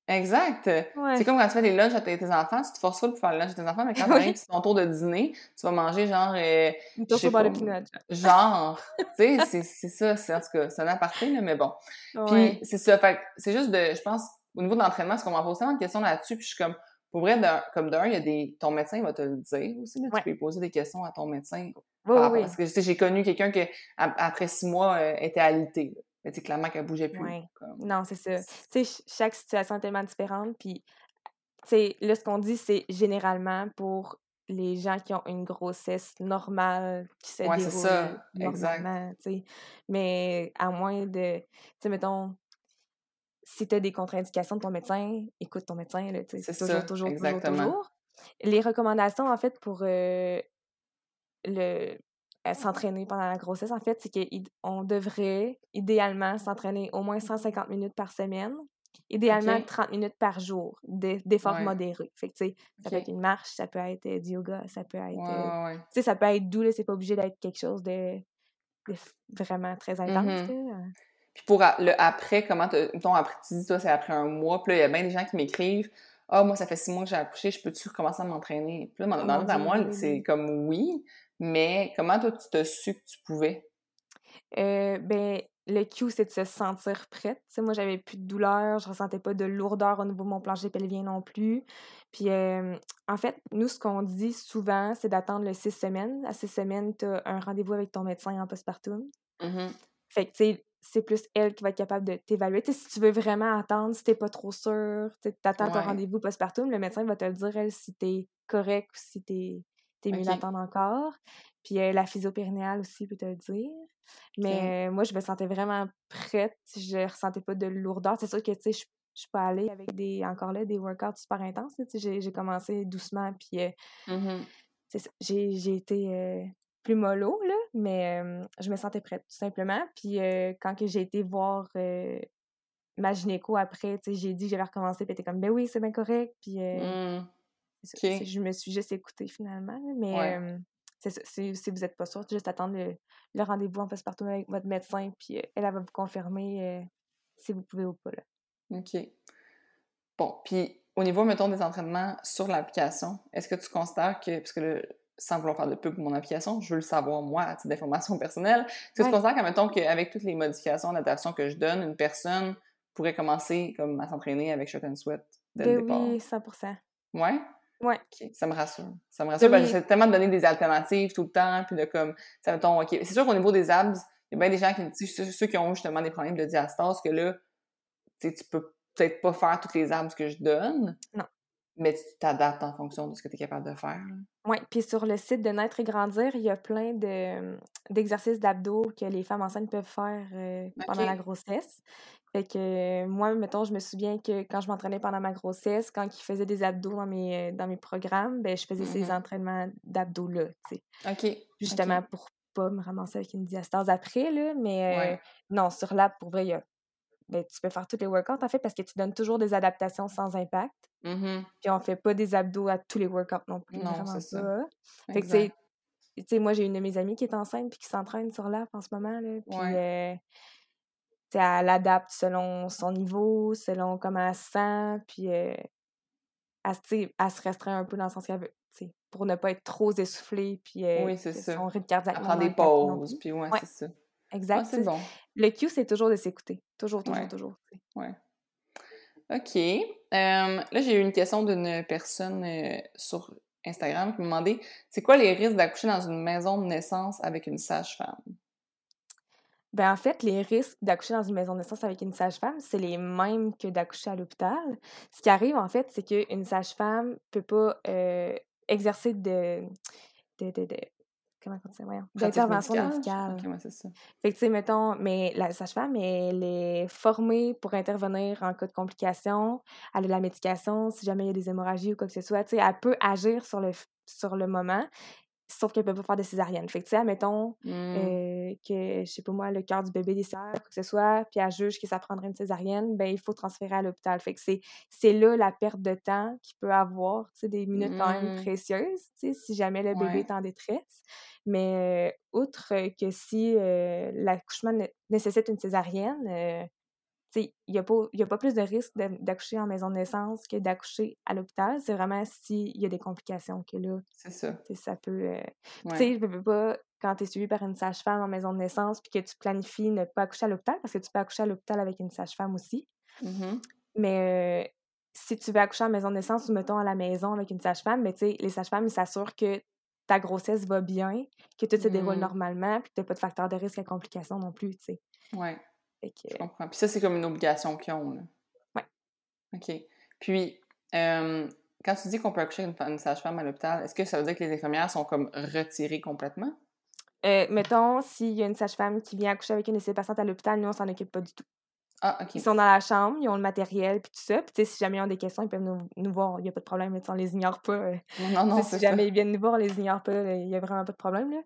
Exact! C'est Ouais. comme quand tu fais des lunchs à tes tes enfants, tu te forces pas pour faire le lunch à tes enfants, mais quand tu arrives, Oui. c'est ton tour de dîner, tu vas manger genre, heu, Une je toast sais au beurre pas de moi, peanut, genre. genre, tu sais, c'est c'est ça, c'est en tout cas, c'est un aparté là, mais bon. Puis Ouais. c'est ça, fait que c'est juste de je pense, au niveau de l'entraînement, parce qu'on m'a posé tellement de questions là-dessus, puis je suis comme, pour vrai, d'un comme d'un, il y a des ton médecin il va te le dire aussi, là, tu Ouais. peux lui poser des questions à ton médecin Oui, par oui, rapport parce oui. que, tu sais, j'ai connu quelqu'un que ap après six mois, heu, était alitée, là. Mais tu sais, clairement qu'elle bougeait plus, Ouais. comme Non, c'est ça. Tu sais, ch chaque situation est tellement différente, puis tu sais, là, ce qu'on dit, c'est généralement pour les gens qui ont une grossesse normale, qui se Ouais, c'est déroule ça, exact. normalement, tu sais. Mais à moins de tu sais, mettons, si tu as des contre-indications de ton médecin, écoute ton médecin, là, tu sais, C'est toujours, ça, toujours, toujours, exactement. toujours. Les recommandations, en fait, pour, heu, le heu, s'entraîner pendant la grossesse, en fait, c'est qu'on devrait idéalement s'entraîner au moins cent cinquante minutes par semaine, idéalement OK. trente minutes par jour, d'e d'efforts Ouais. modérés. Fait que, tu sais, ça peut être OK. une marche, ça peut être, heu, du yoga, ça peut Ouais, être, heu, tu ouais, ouais. sais, ça peut être doux, là, c'est pas obligé d'être quelque chose de de f vraiment très intense, Mmh. là, heu. Puis pour a le après, comment tu mettons après tu dis toi c'est après un mois, puis là, il y a bien des gens qui m'écrivent: «Ah moi ça fait six mois que j'ai accouché, je peux-tu recommencer à m'entraîner?» Puis là, Oh dans dans mon ma tête à Dieu, moi, oui, oui, c'est oui. comme oui, mais comment toi tu t'as su que tu pouvais? Heu, beh, le Q, c'est de se sentir prête. Tu sais, moi, j'avais plus de douleur, je ressentais pas de lourdeur au niveau de mon plancher pelvien non plus. Puis, hem, en fait, nous, ce qu'on dit souvent, c'est d'attendre le six semaines. À six semaines, tu as un rendez-vous avec ton médecin en postpartum. Mmh. Fait que, tu sais, c'est plus elle qui va être capable de t'évaluer. Tu sais, si tu veux vraiment attendre, si tu pas trop sûr, tu sais, tu ton Ouais. rendez-vous postpartum, le médecin va te le dire, elle, si tu es correct ou si tu es mieux OK. d'attendre encore. Puis, heu, la physio-périnéale aussi peut te le dire. OK. Mais, heu, moi, je me sentais vraiment prête, je ressentais pas de lourdeur. C'est sûr que, tu sais, je je suis pas allée avec des encore là, des workouts super intenses, là, tu sais, j'ai j'ai commencé doucement puis, heu, Mmh. c'est ça, j'ai j'ai été, heu, plus mollo, là, mais, hem, je me sentais prête, tout simplement. Puis, heu, quand que j'ai été voir, heu, ma gynéco après, tu sais, j'ai dit que j'avais recommencé, puis elle était comme: «Beh oui, c'est bien correct». Puis, heu, Mmh. c'est ça, c'est OK. je me suis juste écoutée finalement, là, mais, Ouais. hem, c'est ça, si si vous êtes pas sûre, juste attendre le le rendez-vous en passe-partout avec votre médecin, puis, heu, elle, elle va vous confirmer, heu, si vous pouvez ou pas, là. OK. Bon, puis au niveau, mettons, des entraînements sur l'application, est-ce que tu considères que parce que là, sans vouloir faire de pub pour mon application, je veux le savoir moi à titre d'information personnelle. Est-ce que tu Ouais. considères que, mettons, qu'avec toutes les modifications, adaptations que je donne, une personne pourrait commencer comme à s'entraîner avec Shot and Sweat dès le Ben départ? oui, cent pour cent. Ouais? Ouais. OK, ça me rassure. Ça me Ben rassure parce que oui. j'essaie tellement de donner des alternatives tout le temps, puis de comme, ça mettons, OK. C'est sûr qu'au niveau des abs, il y a bien des gens qui me disent, ceux ceux qui ont justement des problèmes de diastase, que là, tu sais, tu peux peut-être pas faire toutes les abs que je donne, Non. mais tu t'adaptes en fonction de ce que tu es capable de faire, là. Ouais, puis sur le site de Naître et grandir, il y a plein de, hem, d'exercices d'abdos que les femmes enceintes peuvent faire, heu, pendant la OK. grossesse. Fait que, euh, moi, mettons, je me souviens que quand je m'entraînais pendant ma grossesse, quand ils faisaient des abdos dans mes, heu, dans mes programmes, ben je faisais ces Mmh. entraînements d'abdos-là, tu sais. OK, Justement OK. pour pas me ramasser avec une diastase après, là, mais, Ouais. heu, non, sur l'app, pour vrai, il y a ben, tu peux faire tous les workouts, en fait, parce que tu donnes toujours des adaptations sans impact. Mmh. Puis on fait pas des abdos à tous les workouts non plus, Non, c'est vraiment ça. pas. Fait que, tu Exact. sais tu sais, moi, j'ai une de mes amies qui est enceinte puis qui s'entraîne sur l'app en ce moment, là, puis, Ouais. heu, tu sais, elle adapte selon son niveau, selon comment elle se sent, puis, heu, elle se tu sais, elle se restreint un peu dans le sens qu'elle veut, tu sais, pour ne pas être trop essoufflée puis, heu, Oui, c'est que ça. son rythme cardiaque Elle monte prend dans des le tapis non pauses, plus. puis ouais, Ouais, c'est ça. Ah, exact, c'est tu sais. bon. Le Q, c'est toujours de s'écouter. Toujours, toujours, Ouais, toujours, tu sais. ouais. OK. Hem, là, j'ai eu une question d'une personne, heu, sur Instagram qui me demandait: «C'est quoi les risques d'accoucher dans une maison de naissance avec une sage-femme?» Ben, en fait, les risques d'accoucher dans une maison de naissance avec une sage-femme, c'est les mêmes que d'accoucher à l'hôpital. Ce qui arrive, en fait, c'est qu'une sage-femme peut pas, heu, exercer de de de de comment on dit? Voyons, Pratique d'intervention médicale? Je OK, médicale. ouais, c'est ça. Fait que, tu sais, mettons, mais la sage-femme, elle est formée pour intervenir en cas de complications. Elle a la médication si jamais il y a des hémorragies ou quoi que ce soit. Tu sais, elle peut agir sur le f sur le moment, sauf qu'elle peut pas faire de césarienne. Fait que, tu sais, admettons, Mmh. heu, que, je sais pas moi, le cœur du bébé descend, quoi que ce soit, puis elle juge que ça prendrait une césarienne, ben il faut transférer à l'hôpital. Fait que c'est c'est là la perte de temps qu'il peut avoir, tu sais, des minutes quand même Mmh. précieuses, tu sais, si jamais le bébé Ouais. est en détresse. Mais, heu, outre que si, heu, l'accouchement né nécessite une césarienne, heu, tu sais, il y a pas il y a pas plus de risque de d'accoucher en maison de naissance que d'accoucher à l'hôpital. C'est vraiment s'il y a des complications que là, C'est ça. tu sais, ça peut, heu puis tu Ouais. sais, veux, veux pas, quand tu es suivi par une sage-femme en maison de naissance puis que tu planifies ne pas accoucher à l'hôpital, parce que tu peux accoucher à l'hôpital avec une sage-femme aussi. Mmh. Mais, heu, si tu veux accoucher en maison de naissance ou mettons à la maison avec une sage-femme, mais tu sais, les sages-femmes, ils s'assurent que ta grossesse va bien, que tout se déroule Mmh. normalement, puis que tu as pas de facteur de risque à complications non plus, tu sais. Ouais, Fait je que comprends. Puis ça, c'est comme une obligation qu'ils ont, là. ouais. OK. Puis, hem, quand tu dis qu'on peut accoucher une fa une sage-femme à l'hôpital, est-ce que ça veut dire que les infirmières sont comme retirées complètement? Heu, mettons, s'il y a une sage-femme qui vient accoucher avec une de ses patientes à l'hôpital, nous, on s'en occupe pas du tout. Ah, Ils OK. sont dans la chambre, ils ont le matériel puis tout ça, puis tu sais, si jamais ils ont des questions, ils peuvent nous nous voir, il y a pas de problème, là, tu sais, on les ignore pas, heu, Non, non, tu sais, non, si c'est jamais ça. ils viennent nous voir, on les ignore pas, là, il y a vraiment pas de problème, là.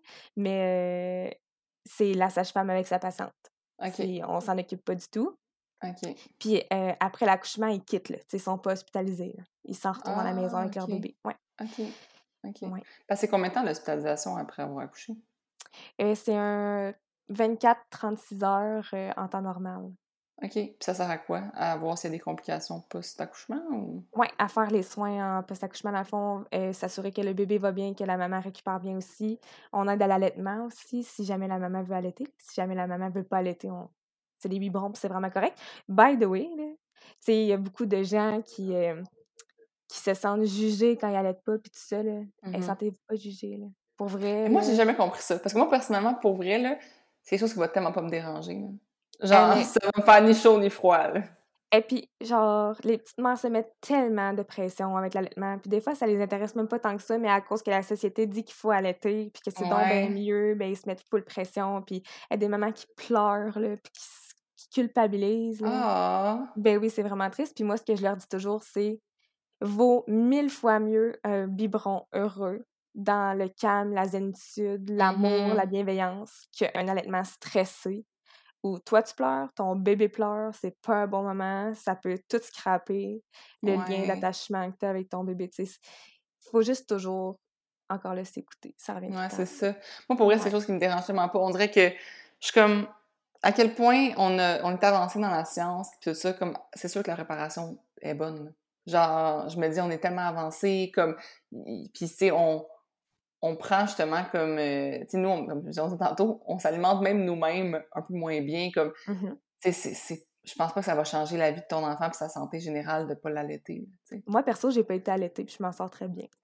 Mais, heu, c'est la sage-femme avec sa patiente. OK, C'est on s'en occupe pas du tout. OK. Puis, heu, après l'accouchement, ils quittent, là, tu sais, ils sont pas hospitalisés, là. Ils s'en retournent à la maison Ah, avec leur OK. bébé. Ouais, OK. OK. ouais. Parce que c'est combien de temps l'hospitalisation après avoir accouché? Heu, c'est un vingt-quatre à trente-six heures, heu, en temps normal. OK. Puis ça sert à quoi? À voir s'il y a des complications post-accouchement ou? Ouais, à faire les soins en post-accouchement, dans le fond, heu, s'assurer que le bébé va bien, que la maman récupère bien aussi. On aide à l'allaitement aussi, si jamais la maman veut allaiter. Si jamais la maman veut pas allaiter, on c'est des biberons, puis c'est vraiment correct. By the way, là, tu sais, il y a beaucoup de gens qui, hem, qui se sentent jugés quand ils allaitent pas puis tout ça, là. Hey, Mmh. sentez-vous pas jugés, là. Pour vrai, Mais moi, j'ai là. jamais compris ça. Parce que moi, personnellement, pour vrai, là, c'est quelque chose qui va tellement pas me déranger, là. Hey, Genre, mais ça va me faire ni chaud ni froid, là. et puis, genre, les petites mères se mettent tellement de pression avec l'allaitement, puis des fois, ça les intéresse même pas tant que ça, mais à cause que la société dit qu'il faut allaiter, puis que c'est donc ben Ouais. mieux, ben ils se mettent full pression, puis il y a des mamans qui pleurent, là, puis qui s qui culpabilisent, là. Ah! Ben oui, c'est vraiment triste, puis moi, ce que je leur dis toujours, c'est: «Vaut mille fois mieux un biberon heureux dans le calme, la zénitude, l'amour, la Mmh. bienveillance qu'un allaitement stressé où toi tu pleures, ton bébé pleure, c'est pas un bon moment, ça peut tout scraper, le lien Ouais. d'attachement que tu as avec ton bébé, tu sais. C Faut juste toujours, encore là, s'écouter, ça revient tout Ouais, le c'est temps. ça. Moi, pour vrai, c'est Ouais. quelque chose qui me dérange tellement pas. On dirait que je suis comme à quel point on a on est avancé dans la science pis tout ça, comme c'est sûr que la préparation est bonne, là. Genre, je me dis, on est tellement avancé, comme i puis tu sais, on on prend justement comme, heu, tu sais, nous, on comme je disais tantôt, on s'alimente même nous-mêmes un peu moins bien, comme, Mmh. tu sais, c'est c'est je pense pas que ça va changer la vie de ton enfant puis sa santé générale de pas l'allaiter, tu sais. Moi, perso, j'ai pas été allaitée, puis je m'en sors très bien.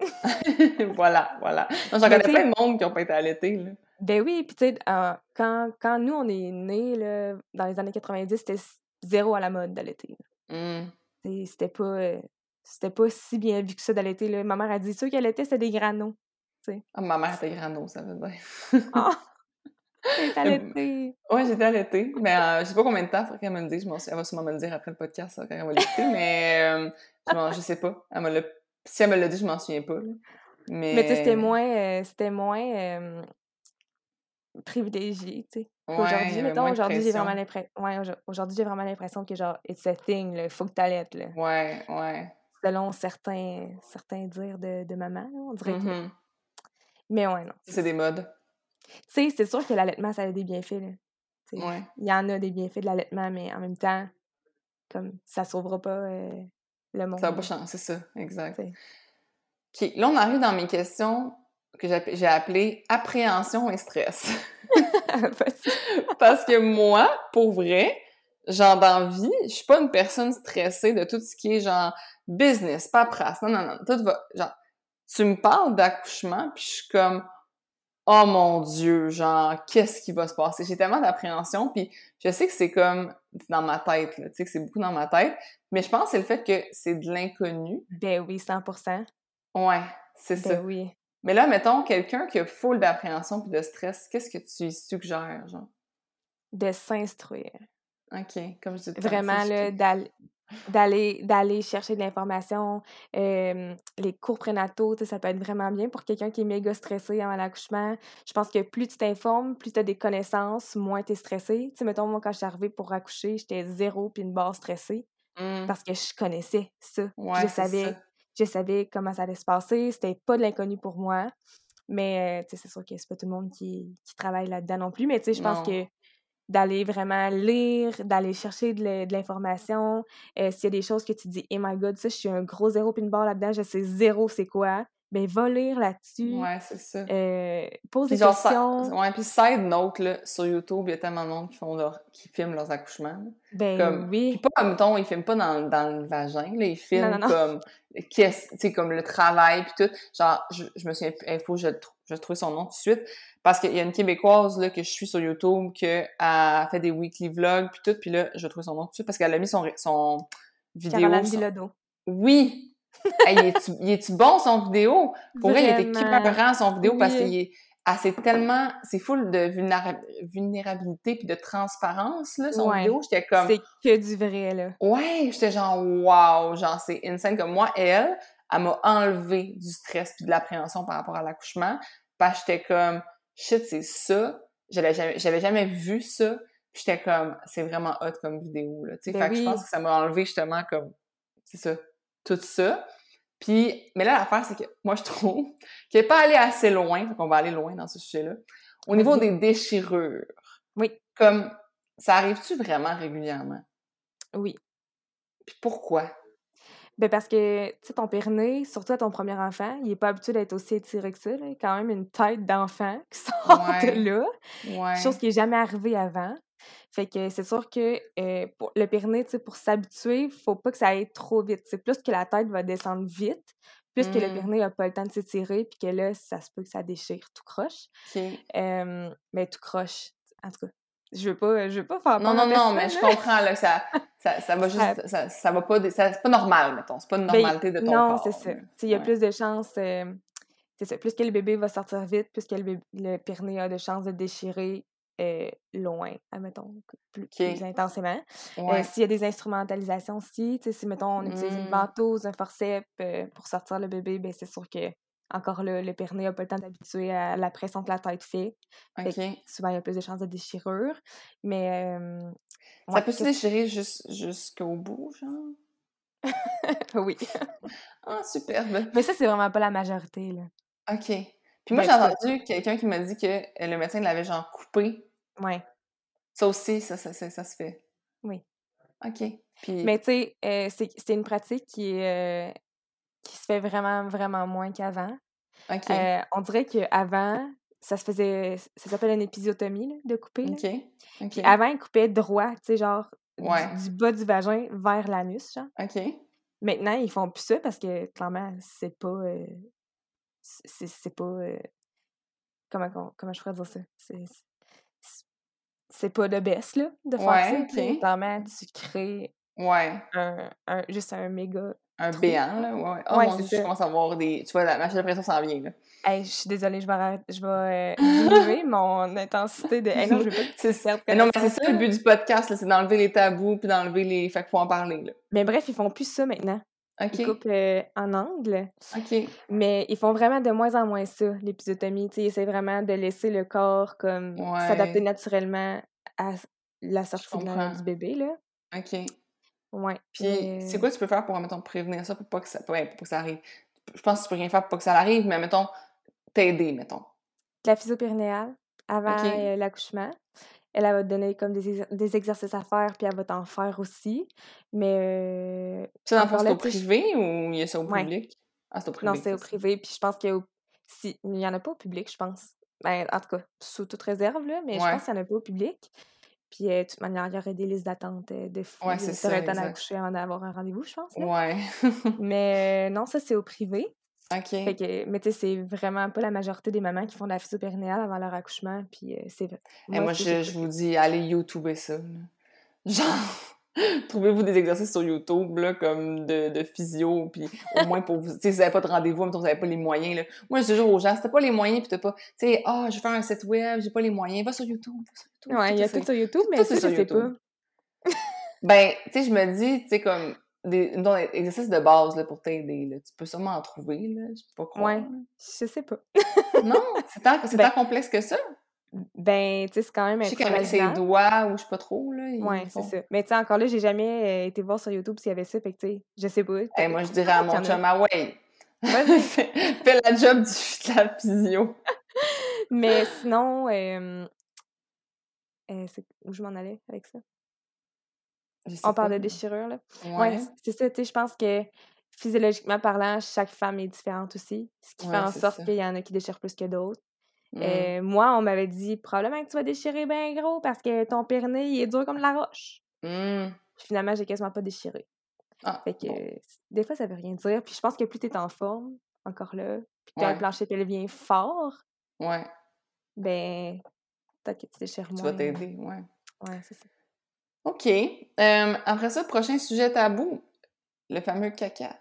Voilà, voilà. Non, j'en Mais connais tu plein sais, de monde qui ont pas été allaités, là. ben oui, puis tu sais, heu, quand quand nous, on est nés, là, dans les années quatre-vingt-dix, c'était s zéro à la mode d'allaiter, là. Mmh. Tu sais, c'était pas, heu, c'était pas si bien vu que ça d'allaiter, là. Ma mère a dit: «Ceux qui allaitaient, c'était des granos», tu sais. Ah, ma mère était grano, ça veut dire. Ah! Tu es Hem, allaitée! ouais, j'étais allaitée, mais heu, je sais pas combien de temps, faudrait qu'elle me le dise, je m'en sou elle va sûrement me le dire après le podcast, là, quand elle va l'écouter, mais hem, je m'en je sais pas. Elle me l'a si elle me l'a dit, je m'en souviens pas, là, Mais tu sais, c'était mais moins, heu, c'était moins, hem, privilégié, tu sais, ouais, il y qu'aujourd'hui. avait Mettons, moins de aujourd'hui, j'ai vraiment pression. l'impre ouais, aujo aujourd'hui, j'ai vraiment l'impression que genre, it's a thing, là, faut que tu allaites, là. Ouais, ouais. Selon certains certains dires de de maman, là, on dirait que Mmh. mais ouais, non, Ça, c'est c'est des ça. modes. Tu sais, c'est sûr que l'allaitement, ça a des bienfaits, là. Tu sais, Ouais. il y en a des bienfaits de l'allaitement, mais en même temps, comme ça sauvera pas, heu, le Ça va monde, pas là, changer, c'est ça, exact. tu sais. OK, là, on arrive dans mes questions que j'ai j'ai appelées appréhension et stress. Vas-y. Parce que moi, pour vrai, genre dans la vie, je suis pas une personne stressée de tout ce qui est genre business, paperasse. Non, non, non. Tout va. Genre, tu me parles d'accouchement, puis je suis comme oh mon Dieu, genre, qu'est-ce qui va se passer? J'ai tellement d'appréhension, puis je sais que c'est comme dans ma tête, là, tu sais, que c'est beaucoup dans ma tête, mais je pense que c'est le fait que c'est de l'inconnu. Ben oui, cent pour cent. Ouais, c'est ça. Ben oui. Mais là, mettons, quelqu'un qui a full d'appréhension puis de stress, qu'est-ce que tu lui suggères, genre? De s'instruire. OK, comme je dis tout le temps, Vraiment là, s'éduquer. d'al d'aller d'aller chercher de l'information, hem, les cours prénataux, tu sais, ça peut être vraiment bien pour quelqu'un qui est méga stressé avant l'accouchement. Je pense que plus tu t'informes, plus tu as des connaissances, moins tu es stressé. Tu sais, mettons, moi, quand je suis arrivée pour accoucher, j'étais zéro puis une barre stressée Mmh. parce que je connaissais ça. Puis Ouais, je c'est ça. savais je savais comment ça allait se passer, c'était pas de l'inconnu pour moi. Mais, heu, tu sais, c'est sûr que c'est pas tout le monde qui qui travaille là-dedans non plus, mais tu sais, je pense Non. que d'aller vraiment lire, d'aller chercher de l'in de l'information. Heu, s'il y a des choses que tu dis: «Oh my god, ça, je suis un gros zéro puis une barre là-dedans, je sais zéro c'est quoi», ben va lire là-dessus, Ouais, c'est ça. heu, pose Puis des genre ça questions. ouais, puis side note là, sur YouTube, il y a tellement de monde qui font leur qui filment leurs accouchements, là. Ben Comme puis oui. pas comme mettons, ils filment pas dans dans le vagin, là, ils Non, non, filment non. comme qu'est-ce tu sais, comme le travail puis tout. Genre, je je me souviens plus, il faut que je le trou je vais trouver son nom tout de suite, parce qu'il y a une Québécoise, là, que je suis sur YouTube, qu'elle fait des weekly vlogs puis tout, puis là, je vais trouver son nom tout de suite parce qu'elle a mis son ré son vidéo Caroline son Bilodeau. oui! Hey, il est-tu il est-tu bon son vidéo? Pour vrai, il était Vraiment. écœurant son vidéo parce qu'il Oui. est ah, c'est tellement c'est full de vulnéra vulnérabilité puis de transparence, là, son Ouais, vidéo. J'étais comme c'est que du vrai, là. ouais, j'étais genre wow! Genre, c'est insane comme moi, elle, elle m'a enlevé du stress puis de l'appréhension par rapport à l'accouchement, parce que j'étais comme shit, c'est ça. J'avais jamais j'avais jamais vu ça. Puis j'étais comme c'est vraiment hot comme vidéo, là, tu sais. Ben Fait que je pense oui. que ça m'a enlevé justement comme c'est ça, tout ça. Puis, mais là, l'affaire, c'est que moi, je trouve qu'elle est pas allée assez loin, fait qu'on va aller loin dans ce sujet-là. Au niveau Vas-y. des déchirures, Oui. comme, ça arrive-tu vraiment régulièrement? Oui. Puis pourquoi? Ben parce que, tu sais, ton périnée, surtout à ton premier enfant, il est pas habitué d'être aussi étiré que ça, là. Il y a quand même une tête d'enfant qui sort de Ouais, là, chose ouais. qui est jamais arrivée avant. Fait que c'est sûr que, heu, pour le périnée, tu sais, pour s'habituer, faut pas que ça aille trop vite. C'est plus que la tête va descendre vite, plus que le Mmh. périnée a pas le temps de s'étirer, puis que là, ça se peut que ça déchire tout croche. OK. Hem, mais tout croche, en tout cas, je veux pas je veux pas faire Non, peur non, à non, mais personne, je là. comprends, là, ça ça ça va Ça juste ça ça va pas dé ça c'est pas normal, mettons. C'est pas une ben, normalité de ton non, c'est corps, ça. là. Tu sais, il y a Ouais. plus de chances, hem, c'est ça, plus que le bébé va sortir vite, plus que le bébé le périnée a de chances de déchirer, heu, loin, admettons, que plus plus OK. intensément. Heu, Ouais. s'il y a des instrumentalisations aussi, tu sais, si mettons on utilise une Mmh. ventouse, un forceps, heu, pour sortir le bébé, ben c'est sûr que encore là, le périnée a pas le temps d'habituer à la pression que la tête fait. Fait que OK. souvent, il y a plus de chances de déchirure. Mais, hem, Ça ouais, peut-tu qu'est-ce déchirer jus jusqu'au bout, genre? oui. Ah, superbe! Mais ça, c'est vraiment pas la majorité, là. OK. Puis moi, Ben, j'ai en tout cas, entendu quelqu'un qui m'a dit que, heu, le médecin l'avait genre coupé. ouais, Ça aussi, ça ça ça ça se fait? oui. OK. Puis Mais tu sais, heu, c'est c'est une pratique qui est, heu, qui se fait vraiment, vraiment moins qu'avant. OK. Heu, on dirait qu'avant, ça se faisait ça s'appelle une épisiotomie, là, de couper, là. OK. Puis OK. avant, ils coupaient droit, tu sais, genre du Ouais. du bas du vagin vers l'anus, genre. OK. Maintenant, ils font plus ça parce que clairement, c'est pas, heu, c c'est c'est pas, heu, comment qu'on comment je pourrais dire ça? C'est c c'est pas the best, là, de faire ça, Ouais, tu sais. OK. Clairement, tu crées Ouais. un un juste un méga Un trou, béant, en là, fait. ouais, ouais. Oh Ouais, mon c'est Dieu, je ça. commence à avoir des tu vois, la machine à pression s'en vient, là. Hey, je suis désolée, je vais arrête je vais, heu, diminuer mon intensité de hey, non, je veux pas que C'est tu c perdes mais non, mais c'est connaissance, ça le là. but du podcast, là, c'est d'enlever les tabous puis d'enlever les fait qu'il faut en parler, là. Mais bref, ils font plus ça maintenant. Ils OK. coupent, heu, en angle, OK. mais ils font vraiment de moins en moins ça, l'épisiotomie. Tu sais, ils essaient vraiment de laisser le corps comme s'adapter Ouais, naturellement à s la je sortie de la comprends. du bébé, là. OK. Ouais, Puis c'est mais quoi tu peux faire pour, mettons, prévenir ça pour pas que ça ouais, pour pas que ça arrive? Je pense que tu peux rien faire pour pas que ça arrive, mais mettons, t'aider, mettons. de la physio périnéale avant, OK. heu, l'accouchement. Elle, elle va te donner comme des exer des exercices à faire, puis elle va t'en faire aussi. Mais, heu, Ça, dans le fond, encore c'est là, au tu sais, je privé ou il y a ça au ouais, public? Ah, c'est au non, privé, c'est ça, au c'est privé, puis je pense qu'il y a au si il y en a pas au public, je pense. Ben, en tout cas, sous toute réserve, là, mais je ouais. pense qu'il y en a pas au public. Puis, heu, de toute manière, il y aurait des listes d'attente, heu, de Ouais, filles, c'est heu, tu aurais ça, le temps exact. d'accoucher avant d'avoir un rendez-vous, je pense, là. Ouais. Mais, heu, non, ça, c'est au privé. Fait OK. que mais tu sais, c'est vraiment pas la majorité des mamans qui font de la physio périnéale avant leur accouchement, puis, heu, c'est v Et moi, moi, ce que j'ai je pas je vous fait. dis, allez YouTuber ça, là. Genre, trouvez-vous des exercices sur YouTube, là, comme de de physio, puis au moins pour vous tu sais, si vous avez pas de rendez-vous, mettons, vous avez pas les moyens, là. Moi, je dis toujours aux gens, si tu pas les moyens puis tu pas tu sais: «Ah, je veux faire un site web, j'ai pas les moyens», va sur YouTube, va sur YouTube, Ouais, il tout y est a sur tout sur YouTube, tout mais tout est ça, je sur sais YouTube. pas. Ben, tu sais, je me dis, tu sais, comme des mettons, exercices de base, là, pour t'aider, là. Tu peux sûrement en trouver, là, je peux pas croire, Ouais, là. je sais pas. Non? C'est tant c'est Ben tant complexe que ça? ben, tu sais, c'est quand même Je sais qu'avec ses improvisant. doigts ou je sais pas trop, là, ils Ouais, c'est font. ça. Mais tu sais, encore là, j'ai jamais, heu, été voir sur YouTube s'il y avait ça, fait que tu sais, je sais pas, peut Eh moi, je dirais à peut-être qu'il y mon en a. chum: «Ah ouais, Vas-y. fais fais la job du de la physio». Mais sinon, hem, Euh, c'est où je m'en allais avec ça? Je sais On parle pas. de déchirure, là. Ouais, Ouais, c'est ça, tu sais, je pense que physiologiquement parlant, chaque femme est différente aussi, ce qui fait ouais, en c'est sorte ça. qu'il y en a qui déchirent plus que d'autres. Mmh. Euh, moi, on m'avait dit probablement que tu vas déchirer bien gros parce que ton périnée, il est dur comme de la roche. Mmh. Puis finalement, j'ai quasiment pas déchiré. Ah, Fait que bon. euh, des fois, ça veut rien dire. Puis je pense que plus t'es en forme, encore là, puis que t'as un Ouais, plancher pelvien fort, ouais. ben peut-être que tu déchires Tu vas moins. euh. t'aider, ouais. Ouais, c'est ça. OK. Hem, après ça, prochain sujet tabou, le fameux caca.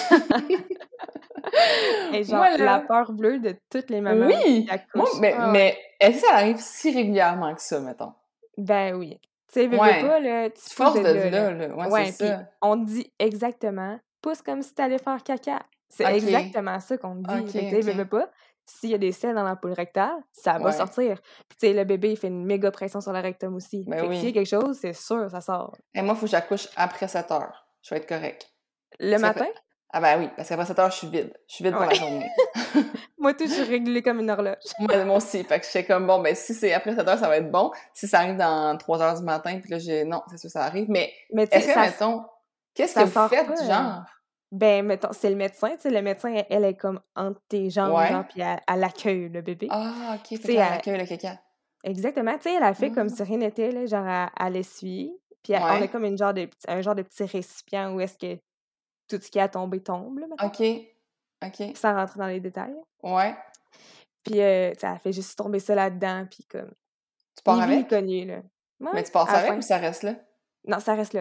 Et genre, Moi, la là peur bleue de toutes les mamans qui oui! Moi, accouchent. mais Ah ouais. mais est-ce que ça arrive si régulièrement que ça, mettons? Ben oui. Tu sais, veux, veux Ouais. pas, là, tu Tu pousses de forces de là, là. là, là. Ouais, c'est Ouais, puis ça. on te dit exactement: «Pousse comme si t'allais faire caca». C'est OK. exactement ça qu'on te dit. OK, Fait que, tu sais, veux, veux OK. pas, s'il y a des selles dans l'ampoule rectale, ça va Ouais. sortir. Puis, tu sais, le bébé, il fait une méga pression sur le rectum aussi. Ben Fait que s'il y a oui. quelque chose, c'est sûr, ça sort. Et moi, faut que j'accouche après sept heures. Je vais être correcte. Le Parce qu'après matin? ah ben oui, parce qu'après sept heures, je suis vide. Je suis vide pour Ouais. la journée. Moi, tout, je suis réglée comme une horloge. Moi moi aussi. Fait que j'étais comme, bon, ben si c'est après sept heures, ça va être bon. Si ça arrive dans trois heures du matin, puis là, j'ai non, c'est sûr, ça arrive. Mais Mais tu est-ce sais, que, ça s mettons, qu'est-ce que ça vous sort faites, pas, heu genre? ben, mettons, c'est le médecin, tu sais, le médecin, elle elle est comme entre tes jambes, Ouais? genre, puis elle elle accueille le bébé. Ah, OK. Puis Fait tu sais, qu'elle elle accueille le caca. exactement, tu sais, elle a fait comme Ah. si rien n'était, là, genre elle elle essuie, puis elle on a Ouais. comme une genre de petit un genre de petit récipient où est-ce que tout ce qui a tombé tombe, là, mettons, OK. OK. sans rentrer dans les détails. Ouais. Puis, heu, tu sais, elle fait juste tomber ça là-dedans, puis comme Tu pars ni vu ni avec? connu, là. Mais Ouais, tu passes à la avec fin. ou ça reste là? Non, ça reste là.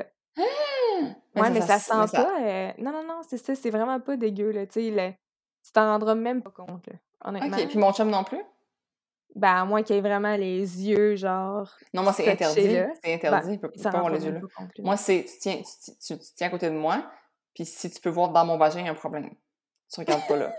Ah! Mais Ouais, ça mais ça ça s mais sent ça pas, heu non, non, non, c'est ça, c'est vraiment pas dégueu, là, tu sais, le tu t'en rendras même pas compte, là, OK. honnêtement. Puis mon chum non plus? Ben, à moins qu'il ait vraiment les yeux, genre, Non, moi, c'est scotchés interdit. là, C'est ben, interdit. Il peut il il peut s'en pas avoir rendra les yeux même là. pas compte, lui, Moi, non. c'est tu tiens tu tu tu tiens à côté de moi, puis si tu peux voir dans mon vagin, il y a un problème. Tu regardes pas là.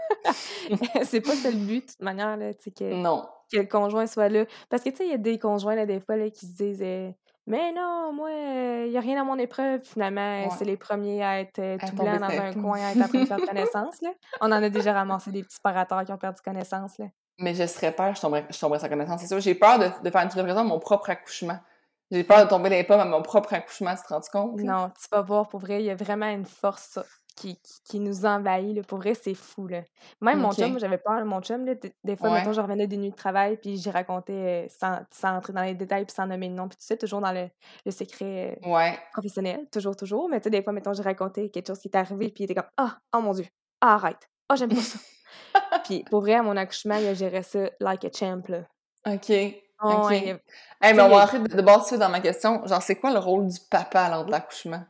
C'est pas ça le but, de toute manière, là, tu sais, que Non. que le conjoint soit là. Parce que, tu sais, il y a des conjoints, là, des fois, là, qui se disent, heu: «Mais non, moi, il y a rien à mon épreuve». Finalement, heu, Ouais. c'est les premiers à être, heu, À tout tomber blancs dans c'est un coin, à être en train de perdre connaissance, là. On en a déjà ramassé des petits séparateurs qui ont perdu connaissance, là. Mais je serais peur, je tomberais je tomberais sans connaissance, c'est sûr. J'ai peur de de faire une livraison de mon propre accouchement. J'ai peur Mmh. de tomber dans les pommes à mon propre accouchement, tu te rends compte, là? Non, tu vas voir, pour vrai, il y a vraiment une force qui qui qui nous envahit, là. Pour vrai, c'est fou, là. Même mon chum, moi, OK. j'avais peur, mon chum, là, des des fois, Ouais. mettons, je revenais des nuits de travail, puis j'y racontais, heu, sans sans entrer dans les détails, puis sans nommer de nom, puis tout ça, toujours dans le le secret, heu, Ouais. professionnel, toujours, toujours. Mais tu sais, des fois, mettons, j'ai raconté quelque chose qui est arrivé, puis il était comme: «Ah! Oh mon Dieu! Ah, arrête! Ah, j'aime pas ça!» Puis pour vrai, à mon accouchement, il a géré ça like a champ, là. OK. Ah OK. ouais, il a tu Hey, mais sais, on il va a entrer de de base tout de suite dans ma question. Genre, c'est quoi le rôle du papa lors de l'accouchement?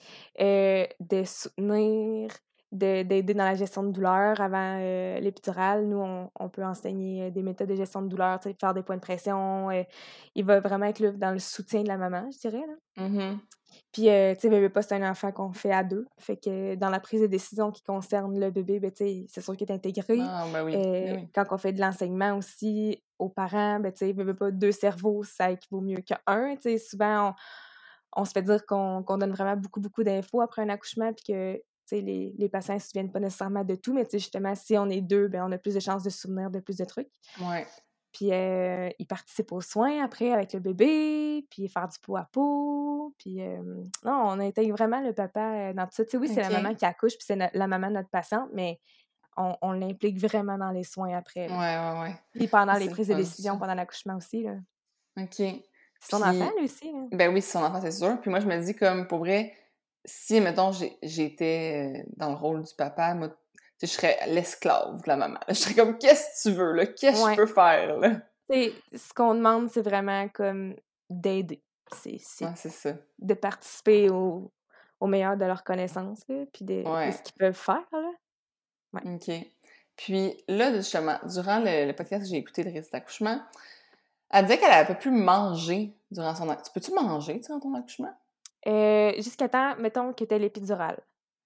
Heu, de soutenir, de d'aider dans la gestion de douleur avant, heu, l'épidurale. Nous, on on peut enseigner, heu, des méthodes de gestion de douleur, tu sais, faire des points de pression, heu, il va vraiment être là dans le soutien de la maman, je dirais, là. Mmh. Puis, heu, tu sais, veux, veux pas, c'est un enfant qu'on fait à deux. Fait que dans la prise de décision qui concerne le bébé, ben, tu sais, c'est sûr qu'il est intégré. Ah, ben oui. Ben Heu, oui. quand on fait de l'enseignement aussi aux parents, ben, tu sais, veux, veux pas, deux cerveaux, ça équivaut mieux qu'un, tu sais. Souvent, on on se fait dire qu'on qu'on donne vraiment beaucoup, beaucoup d'infos après un accouchement puis que, tu sais, les les patients ne se souviennent pas nécessairement de tout, mais tu sais, justement, si on est deux, ben, on a plus de chances de se souvenir de plus de trucs. Ouais. Puis, heu, ils participent aux soins après avec le bébé, puis faire du pot à pot, puis, hem, non, on intègre vraiment le papa, heu, dans tout ça. Tu sais, oui, c'est la maman OK. qui accouche, puis c'est no la maman de notre patiente, mais on on l'implique vraiment dans les soins après, Ouais, là. ouais, ouais. Puis pendant Ah, les c'est le prises de fun décision, ça. pendant l'accouchement aussi, là. OK. C'est son enfant, Puis lui aussi, là. ben oui, c'est son enfant, c'est sûr. Puis moi, je me dis comme pour vrai, si mettons j'ai j'étais, heu, dans le rôle du papa, moi, tu sais, je serais l'esclave de la maman. Je serais comme: «Qu'est-ce que tu veux, là? Qu'est-ce que je Ouais. peux faire, là?» Tu sais, ce qu'on demande, c'est vraiment comme d'aider. C'est c'est Ouais, c'est ça. de participer au au meilleur de leurs connaissances, là, puis de de ce Ouais. qu'ils peuvent faire, là. Ouais. OK. Puis là, justement, durant le le podcast que j'ai écouté, le récit d'accouchement, elle disait qu'elle avait pas pu manger durant son acc tu peux-tu manger durant ton accouchement? Heu, jusqu'à temps, mettons, que tu aies l'épidurale.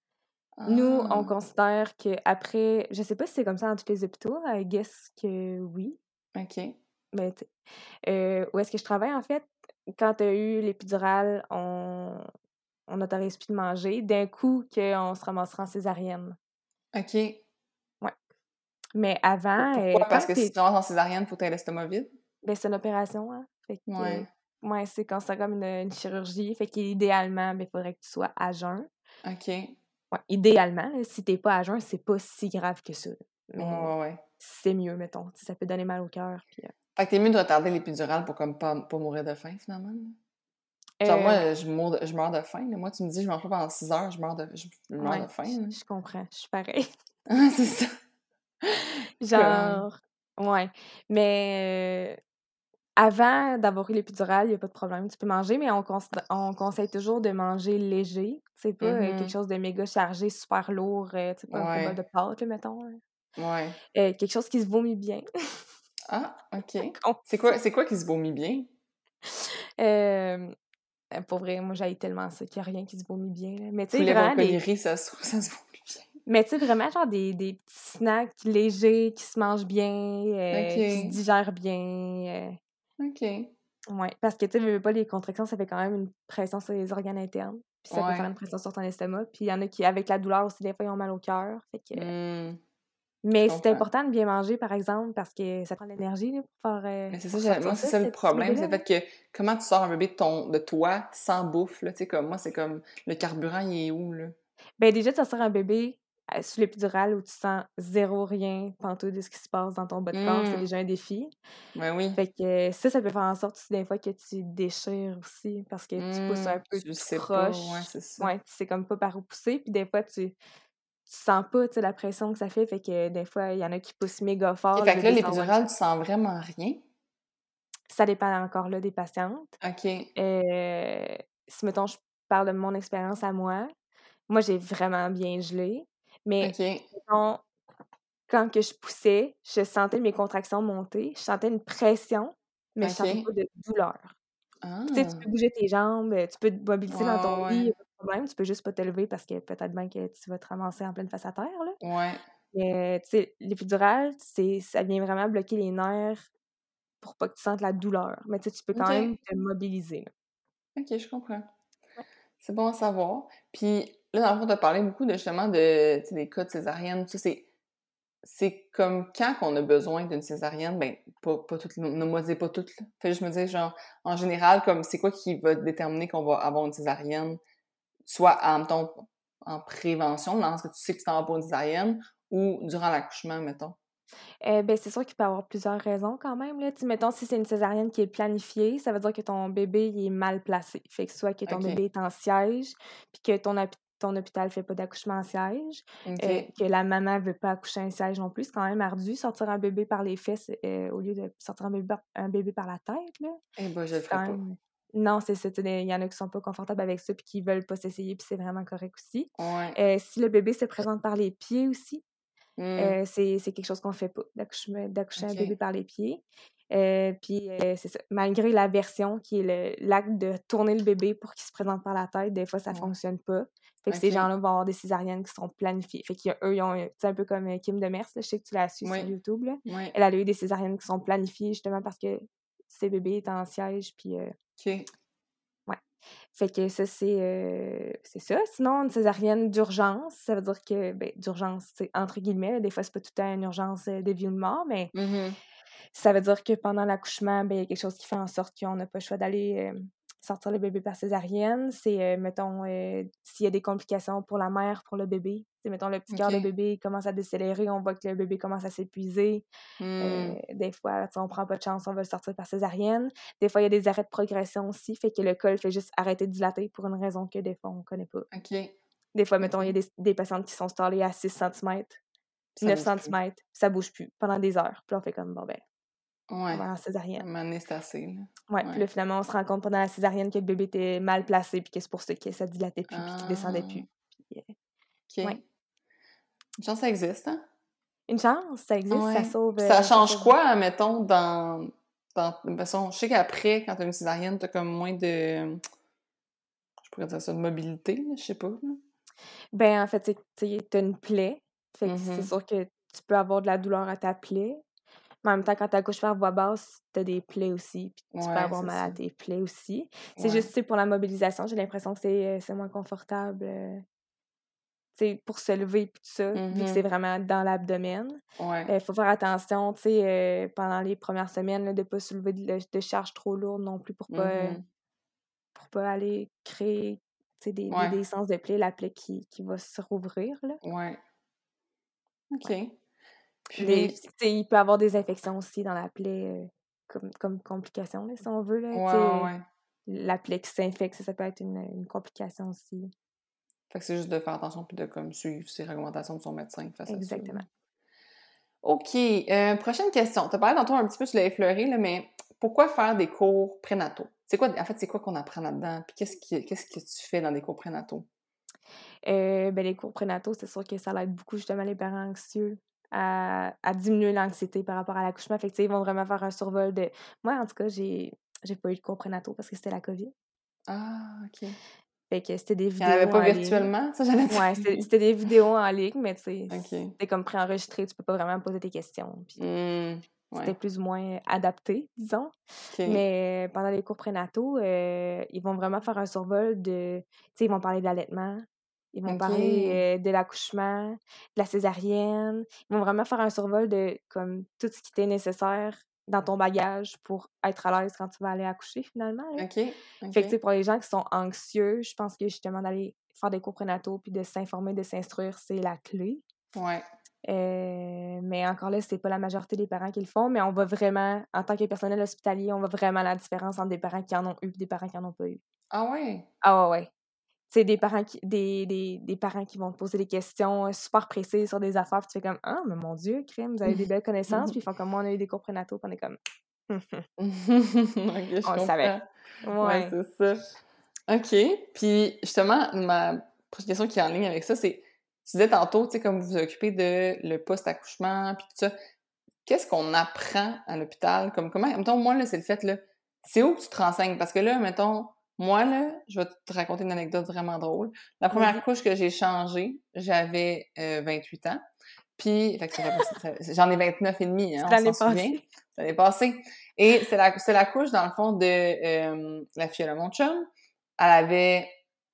Nous, on Ah! considère qu'après je sais pas si c'est comme ça dans tous les hôpitaux, I guess que oui, OK. mais tu sais, heu, où est-ce que je travaille, en fait, quand tu as eu l'épidurale, on on n'autorise plus de manger, d'un coup qu'on se ramassera en césarienne. OK. Ouais. Mais Pour avant, heu, pourquoi? Parce tant que que si tu tu te ramasses en césarienne, faut que tu aies l'estomac vide? ben, c'est une opération, hein, fait que Ouais. ouais, c'est considéré comme une, une chirurgie. Fait qu'idéalement, ben, il faudrait que tu sois à jeun. OK. Ouais, idéalement, là, si t'es pas à jeun, c'est pas si grave que ça. Là. Ouais, Mais ouais, ouais. c'est mieux, mettons. Tu sais, ça peut donner mal au cœur. Puis, Fait que t'es mieux de retarder l'épidurale pour comme pas, pas mourir de faim, finalement. Là. Genre, euh, moi, je, mours de- je meurs de faim. Là. Moi, tu me dis, je mange pas pendant six heures, je meurs de, je, je meurs ouais, de faim. je Là. je comprends. Je suis pareil. Ah, c'est ça. Comme... Genre, ouais. Mais euh, avant d'avoir eu l'épidurale, il n'y a pas de problème. Tu peux manger, mais on, consid- on conseille toujours de manger léger. C'est pas euh, quelque Mhm. chose de méga chargé, super lourd. Euh, tu sais, pas un gros bol de Ouais. pâtes, là, mettons. Là. Ouais. Euh, quelque chose qui se vomit bien. Ah, OK. C'est quoi, Condition. c'est quoi qui se vomit bien? Euh, Euh, pour vrai, moi, j'haïs tellement ça qu'il y a rien qui se vomit bien, là. Mais tu sais, Poulet vraiment brocoli des riz, ça, se- ça se vomit bien. mais tu sais, vraiment, genre, des des petits snacks légers qui se mangent bien, euh, qui se OK. digèrent bien, heu, OK. ouais. Parce que, tu sais, veux, veux pas, les contractions, ça fait quand même une pression sur les organes internes, puis ça peut faire Ouais. une pression sur ton estomac, puis il y en a qui, avec la douleur aussi, des fois, ils ont mal au cœur, fait que Hmm, je mais c'est comprends. important de bien manger, par exemple, parce que ça prend de l'énergie, là, pour faire, heu, Mais c'est ça, pour j'ai- sortir moi, c'est ça, ça ce le petit problème. bébé-là, C'est le là. fait que comment tu sors un bébé de, ton, de toi sans bouffe, là? Tu sais, comme moi, c'est comme le carburant, il est où, là? Ben, déjà, de sortir un bébé, heu, sous l'épidurale où tu sens zéro rien pantoute de ce qui se passe dans ton bas de corps, c'est Hmm, déjà un défi. ben oui. Fait que ça, ça peut faire en sorte aussi des fois que tu déchires aussi parce que tu pousses Hmm, un peu tu le tout sais pas, ouais, croche. c'est ça. Ouais, tu sais comme pas par où pousser, puis des fois tu tu sens pas, tu sais, la pression que ça fait, fait que des fois, il y en a qui poussent méga OK, fort, le fait que là, bébé s'envole l'épidurale, jamais. tu sens vraiment rien? Ça dépend encore là des patientes. OK. Heu, si mettons je parle de mon expérience à moi, moi j'ai vraiment bien gelé, mais OK. mettons quand que je poussais, je sentais mes contractions monter, je sentais une pression, mais je sentais pas OK. de douleur. Puis tu sais, tu Ah! peux bouger tes jambes, heu, tu peux te Ouais, mobiliser dans ton ouais, lit, ouais. y a pas de problème, tu peux juste pas te lever parce que peut-être bien que tu vas te ramasser en pleine face à terre, là. Ouais. Mais tu sais, l'épidurale, c'est ça vient vraiment bloquer les nerfs pour pas que tu sentes la douleur, mais tu sais, tu peux quand même OK. te mobiliser, là. OK, je comprends. Ouais. C'est bon à savoir. Puis là, dans le fond, tu as parlé beaucoup de justement de, tu sais, des cas de césarienne, tout ça. C'est, c'est comme quand qu'on a besoin d'une césarienne, ben, pas, pas toutes, ne me dis pas toutes, là. Fait que je me dis, genre, en général, comme c'est quoi qui va déterminer qu'on va avoir une césarienne, soit en, mettons, en prévention, dans ce que tu sais que tu t'en vas pour une césarienne, ou durant l'accouchement, mettons. Heu, beh, c'est sûr qu'il peut y avoir plusieurs raisons quand même, là. Tu sais, mettons, si c'est une césarienne qui est planifiée, ça veut dire que ton bébé, il est mal placé. Fait que soit que ton OK. bébé est en siège, puis que ton hôpi ton hôpital fait pas d'accouchement en siège, heu, OK. que la maman veut pas accoucher en siège non plus. C'est quand même ardu, sortir un bébé par les fesses, heu, au lieu de sortir un bébé par un bébé par la tête, là. Eh ben, je le C'est ferai quand pas. même non, c'est ça, tu sais, il y en a qui sont pas confortables avec ça puis qui veulent pas s'essayer, puis c'est vraiment correct aussi. Ouais. Heu, si le bébé se présente par les pieds aussi, Hmm. Heu, c'est c'est quelque chose qu'on fait pas, d'accouchement d'accoucher un bébé OK. par les pieds. Heu, puis, heu, c'est ça, malgré l'aversion qui est le l'acte de tourner le bébé pour qu'il se présente par la tête, des fois ça Ouais. fonctionne pas. Fait que ces OK. gens-là vont avoir des césariennes qui sont planifiées. Fait qu'eux, ils ont, heu, tu sais, un peu comme, heu, Kim Demers, là, je sais que tu la suis sur Oui. YouTube, là. Oui. Elle, elle a eu des césariennes qui sont planifiées justement parce que ses bébés étaient en siège puis, heu, OK. ouais. Fait que ça, c'est, heu, c'est ça. Sinon, une césarienne d'urgence, ça veut dire que, ben, d'urgence, c'est entre guillemets, là, des fois, c'est pas tout le temps une urgence, heu, de vie ou de mort, mais Mhm. ça veut dire que pendant l'accouchement, ben, il y a quelque chose qui fait en sorte qu'on n'a pas le choix d'aller, hem, sortir le bébé par césarienne. C'est, heu, mettons, heu, s'il y a des complications pour la mère, pour le bébé. Tu sais, mettons, le petit cœur de OK. bébé commence à décélérer, on voit que le bébé commence à s'épuiser. Heu, Hmm. des fois, tu sais, on prend pas de chance, on va le sortir par césarienne. Des fois, il y a des arrêts de progression aussi, fait que le col fait juste arrêter de dilater pour une raison que des fois on connaît pas. OK. Des fois, mettons, il y a OK. des des patientes qui sont stallées à six centimètres, Ça neuf bouge plus. centimètres, ça bouge plus pendant des heures. Puis là, on fait comme: «Bon, ben, on Ouais. va en À un césarienne». moment donné, c'est assez, là. Ouais, puis Ouais. là, finalement, on se rend compte pendant la césarienne que le bébé était mal placé puis que c'est pour ça que ça dilatait plus puis qu'il descendait Ah, plus. Puis, heu, ouais. OK. Une chance, ça existe, hein? Une chance, ça existe, ça Ouais. sauve, Puis ça heu, ça change sauve quoi, mettons, dans... dans... de toute façon, je sais qu'après, quand t'as une césarienne, t'as comme moins de... Je pourrais dire ça, de mobilité, là, je sais pas, là. ben, en fait, c'est que, tu sais, tu as une plaie, fait que c'est Mhm. sûr que tu peux avoir de la douleur à ta plaie, mais en même temps, quand tu accouches par voie basse, tu as des plaies aussi, puis tu peux Ouais, avoir c'est mal ça. à tes plaies aussi. C'est juste, Ouais. tu sais, pour la mobilisation, j'ai l'impression que c'est, heu, c'est moins confortable, heu tu sais, pour se lever puis tout ça, vu que c'est Mhm. vraiment dans l'abdomen. Ouais. Il faut faire attention, tu sais, euh, pendant les premières semaines, là, de pas soulever de, de charges trop lourdes non plus pour pas, euh, Mhm. pour pas aller créer, tu sais, des, des, Ouais. des sens de plaie, la plaie qui, qui va se rouvrir, là. Ouais. Ouais. OK. Des, Puis, tu sais, il peut y avoir des infections aussi dans la plaie, euh, comme, comme complication, là, si on veut, là, ouais, tu ouais, sais, ouais. la plaie qui s'infecte, ça, ça peut être une, une complication aussi. Fait que c'est juste de faire attention puis de comme suivre ses recommandations de son médecin face à ça. Exactement. OK. Euh, prochaine question. Tu as parlé tantôt un petit peu, tu l'as effleuré, là, mais pourquoi faire des cours prénataux? C'est quoi, en fait, c'est quoi qu'on apprend là-dedans? Puis qu'est-ce, qui, qu'est-ce que tu fais dans des cours prénataux? Euh, ben, les cours prénataux, c'est sûr que ça aide beaucoup justement les parents anxieux à, à diminuer l'anxiété par rapport à l'accouchement. Fait que, tu sais, ils vont vraiment faire un survol de... Moi, en tout cas, j'ai j'ai pas eu de cours prénataux parce que c'était la COVID. Ah, OK. Il Fait que c'était des n'y en avait vidéos pas en ligne. virtuellement, ça, j'allais Ouais, c'était dire. c'était des vidéos en ligne, mais tu sais, OK. c'était comme préenregistré, tu peux pas vraiment poser tes questions. Puis Hmm. c'était Ouais. plus ou moins adapté, disons. OK. Mais pendant les cours prénataux, euh, ils vont vraiment faire un survol de... Tu sais, ils vont parler de l'allaitement, ils vont OK. parler euh, de l'accouchement, de la césarienne. Ils vont vraiment faire un survol de comme tout ce qui t'est nécessaire dans ton bagage pour être à l'aise quand tu vas aller accoucher, finalement, là. OK. Fait que, tu sais, OK. pour les gens qui sont anxieux, je pense que justement d'aller faire des cours prénataux puis de s'informer, de s'instruire, c'est la clé. Ouais. Euh, mais encore là, c'est pas la majorité des parents qui le font, mais on va vraiment, en tant que personnel hospitalier, on voit vraiment la différence entre des parents qui en ont eu et des parents qui en ont pas eu. Ah ouais? Ah ouais, ouais. Tu sais, des parents qui des, des, des parents qui vont te poser des questions euh, super précises sur des affaires, puis tu fais comme ah, mais mon Dieu, crème, vous avez des belles connaissances, puis ils font comme moi, on a eu des cours prénataux, puis on est comme OK, je on le savait. comprends. Ouais, Ouais. c'est ça. OK. Puis justement, ma prochaine question qui est en ligne avec ça, c'est, tu disais tantôt, tu sais, comme vous vous occupez de le post-accouchement, puis tout ça, qu'est-ce qu'on apprend à l'hôpital? Comme comment, mettons, moi, là, c'est le fait, là, c'est où que tu te renseignes? Parce que là, mettons, moi, là, je vais te raconter une anecdote vraiment drôle. La première Vas-y. couche que j'ai changée, j'avais euh, vingt-huit ans. Puis, fait que ça fait pas- ça- j'en ai vingt-neuf et demi, hein, C'est on s'en l'année souvient. passée. Ça l'année passée. Et c'est la, c'est la couche, dans le fond, de euh, la fille à mon chum. Elle avait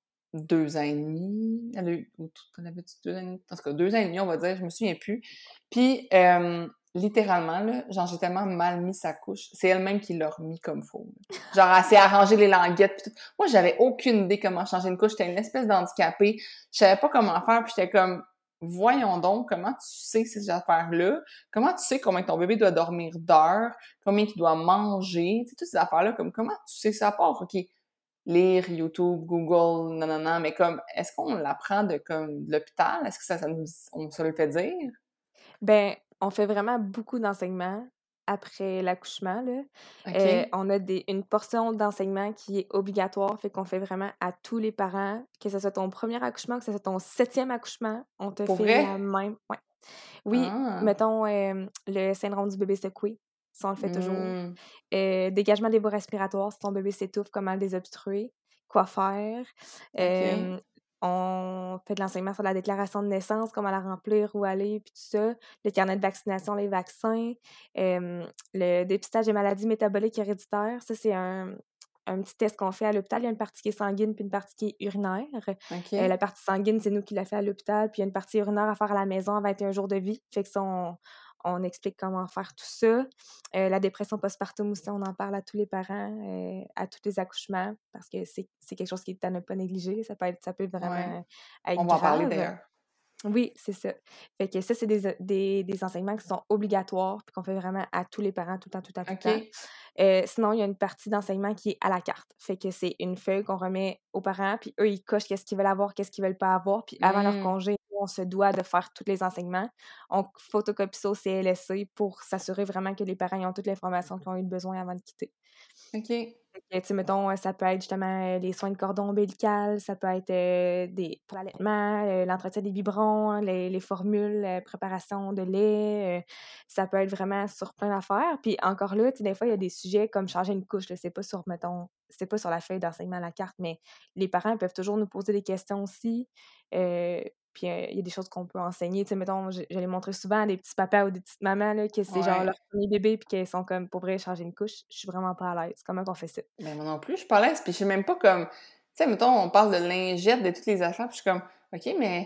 deux ans et demi. Elle a eu, ou tout- elle avait deux ans et demi. En tout cas, deux ans et demi, on va dire, je me souviens plus. Puis, euh, littéralement, là, genre, j'ai tellement mal mis sa couche. C'est elle-même qui l'a remis comme faut. Là. Genre, elle s'est arrangée les languettes. Pis tout. Moi, j'avais aucune idée comment changer une couche. J'étais une espèce d'handicapée. Je savais pas comment faire. Puis j'étais comme, voyons donc, comment tu sais ces affaires-là? Comment tu sais combien ton bébé doit dormir d'heures? Combien il doit manger? Tu sais, toutes ces affaires-là, comme comment tu sais ça part? OK, lire, YouTube, Google, non, non, non, mais comme, est-ce qu'on l'apprend de, comme, de l'hôpital? Est-ce que ça, ça nous, on se le fait dire? Ben, on fait vraiment beaucoup d'enseignements après l'accouchement, là. Euh, OK. on a des, une portion d'enseignement qui est obligatoire, fait qu'on fait vraiment à tous les parents, que ce soit ton premier accouchement, que ce soit ton septième accouchement, on te Pour fait la vrai? même. Ouais. Oui, Ah! mettons euh, le syndrome du bébé secoué, ça on le fait toujours. Mmh. Euh, dégagement des voies respiratoires, si ton bébé s'étouffe, comment le désobstruer, quoi faire. OK. Euh, on fait de l'enseignement sur la déclaration de naissance, comment la remplir, où aller, puis tout ça. Le carnet de vaccination, les vaccins. Euh, le dépistage des maladies métaboliques héréditaires, ça, c'est un, un petit test qu'on fait à l'hôpital. Il y a une partie qui est sanguine puis une partie qui est urinaire. Euh, la OK. partie sanguine, c'est nous qui l'a fait à l'hôpital, puis il y a une partie urinaire à faire à la maison à vingt et un jours de vie. Fait que ça, on, on explique comment faire tout ça. Euh, la dépression postpartum aussi, on en parle à tous les parents, euh, à tous les accouchements, parce que c'est c'est quelque chose qui est à ne pas négliger. Ça peut être, ça peut Ouais. vraiment être On va en parler grave. d'ailleurs. Oui, c'est ça. Fait que ça, c'est des, des, des enseignements qui sont obligatoires, puis qu'on fait vraiment à tous les parents, tout le temps, tout le temps, tout le temps. OK. Euh, sinon, il y a une partie d'enseignement qui est à la carte. Fait que c'est une feuille qu'on remet aux parents, puis eux, ils cochent qu'est-ce qu'ils veulent avoir, qu'est-ce qu'ils veulent pas avoir. Puis avant leur Mmh. congé, nous, on se doit de faire tous les enseignements. On photocopie ça au C L S C pour s'assurer vraiment que les parents ils ont toute l'information qu'ils ont eu besoin avant de quitter. OK. Fait que, tu sais, mettons, euh, ça peut être justement euh, les soins de cordon ombilical, ça peut être euh, des, pour l'allaitement, euh, l'entretien des biberons, les, les formules, euh, préparation de lait, euh, ça peut être vraiment sur plein d'affaires. Puis encore là, tu sais, des fois, il y a des sujets comme changer une couche, là, c'est pas sur, mettons, c'est pas sur la feuille d'enseignement à la carte, mais les parents peuvent toujours nous poser des questions aussi. Euh, puis euh, il y a des choses qu'on peut enseigner. Tu sais, mettons, je, je les montrer souvent à des petits papas ou des petites mamans, là, que c'est genre Ouais. leur premier bébé, puis qu'elles sont comme, pour vrai, changer une couche. Je suis vraiment pas à l'aise. Comment qu'on fait ça? Ben, moi non plus, je suis pas à l'aise, puis je sais même pas comme... Tu sais, mettons, on parle de lingette, de toutes les affaires, puis je suis comme, OK, mais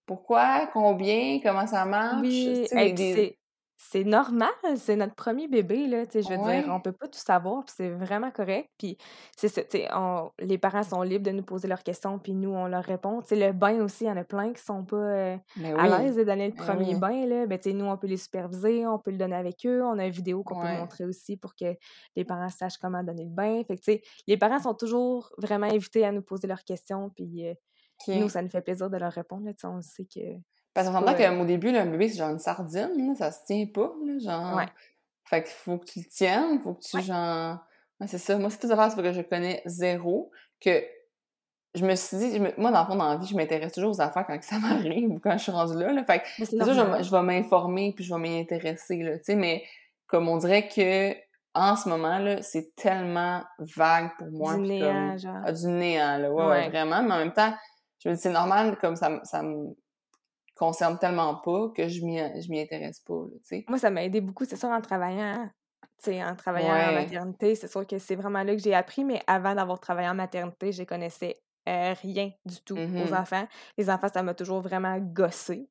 pourquoi, combien, comment ça marche? Tu Oui, sais, et des puis des c'est c'est normal, c'est notre premier bébé, là, tu sais, je veux dire, on ouais, peut pas tout savoir, puis c'est vraiment correct, puis c'est ça, tu sais, on les parents sont libres de nous poser leurs questions, puis nous, on leur répond. Tu sais, le bain aussi, il y en a plein qui sont pas, heu, ben à oui, l'aise de donner le ben premier oui, bain, là, ben, tu sais, nous, on peut les superviser, on peut le donner avec eux, on a une vidéo qu'on peut ouais, montrer aussi pour que les parents sachent comment donner le bain. Fait que, tu sais, les parents sont toujours vraiment invités à nous poser leurs questions, puis, heu, nous, OK. ça nous fait plaisir de leur répondre, là, tu sais, on sait que Parce c'est qu'on s'entend pas, heu qu'au début, là, un bébé, c'est genre une sardine, là, ça se tient pas, là, ouais, genre fait qu'il faut que tu le tiennes, faut que tu ouais. genre ouais, c'est ça. Moi, c'est toutes des affaires c'est que je connais zéro, que je me suis dit je me moi, dans le fond, dans la vie, je m'intéresse toujours aux affaires quand ça m'arrive ou quand je suis rendue là, là. Fait que Mais c'est c'est sûr, je vais m normal. je vais m'informer puis je vais m'y intéresser, là, tu sais, mais comme on dirait que en ce moment, là, c'est tellement vague pour moi Du puis comme néant, genre. ah, du néant, là. Ouais, ouais, Ouais. vraiment, mais en même temps, je me dis: «C'est normal», comme ça me ça me concerne tellement pas que je m'y je m'y intéresse pas, là, tu sais. Moi, ça m'a aidé beaucoup, c'est sûr, en travaillant, tu sais, en travaillant en Ouais. maternité, c'est sûr que c'est vraiment là que j'ai appris, mais avant d'avoir travaillé en maternité, je connaissais, heu, rien du tout aux Mmh enfants. Les enfants, ça m'a toujours vraiment gossée.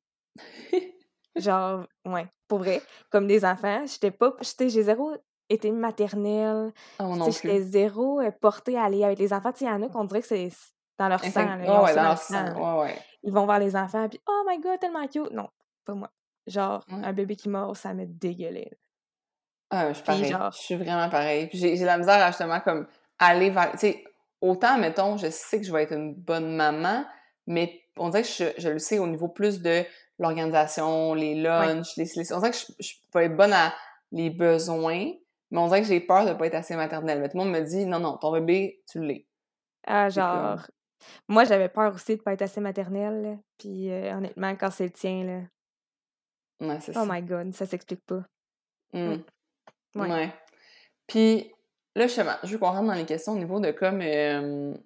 Genre ouais, pour vrai, comme des enfants, j'étais pas j'étais j'ai zéro été maternelle, Ah, moi tu sais, non j'étais plus. zéro, heu, portée à aller avec les enfants. Tu sais, il y en a qu'on dirait que c'est c dans leur sang, Instinct là, ils ouais, ont ouais, ça dans dans le leur sang, sang. là. Ouais, ouais. Ils vont voir les enfants puis: «Oh my god, tellement cute!» Non, pas moi. Genre, Ouais. un bébé qui mord, ça me dégueulait, là. Ah, je suis Puis pareille. genre Je suis vraiment pareille. Puis j'ai j'ai la misère à justement comme aller vers tu sais, autant mettons, je sais que je vais être une bonne maman, mais on dirait que je je le sais au niveau plus de l'organisation, les ouais. lunchs, les ci, les ça. On dirait que je je peux être bonne à les besoins, mais on dirait que j'ai peur de pas être assez maternelle. Mais tout le monde me dit: «Non, non, ton bébé, tu l'es». Ah, C'est comme genre, moi, j'avais peur aussi de pas être assez maternelle, là, puis, heu, honnêtement, quand c'est le tien, là, ouais, c'est oh ça. my god, ça s'explique pas. Mmh, Mmh. ouais. Ouais. Puis là, justement, je veux qu'on rentre dans les questions au niveau de comme, hem,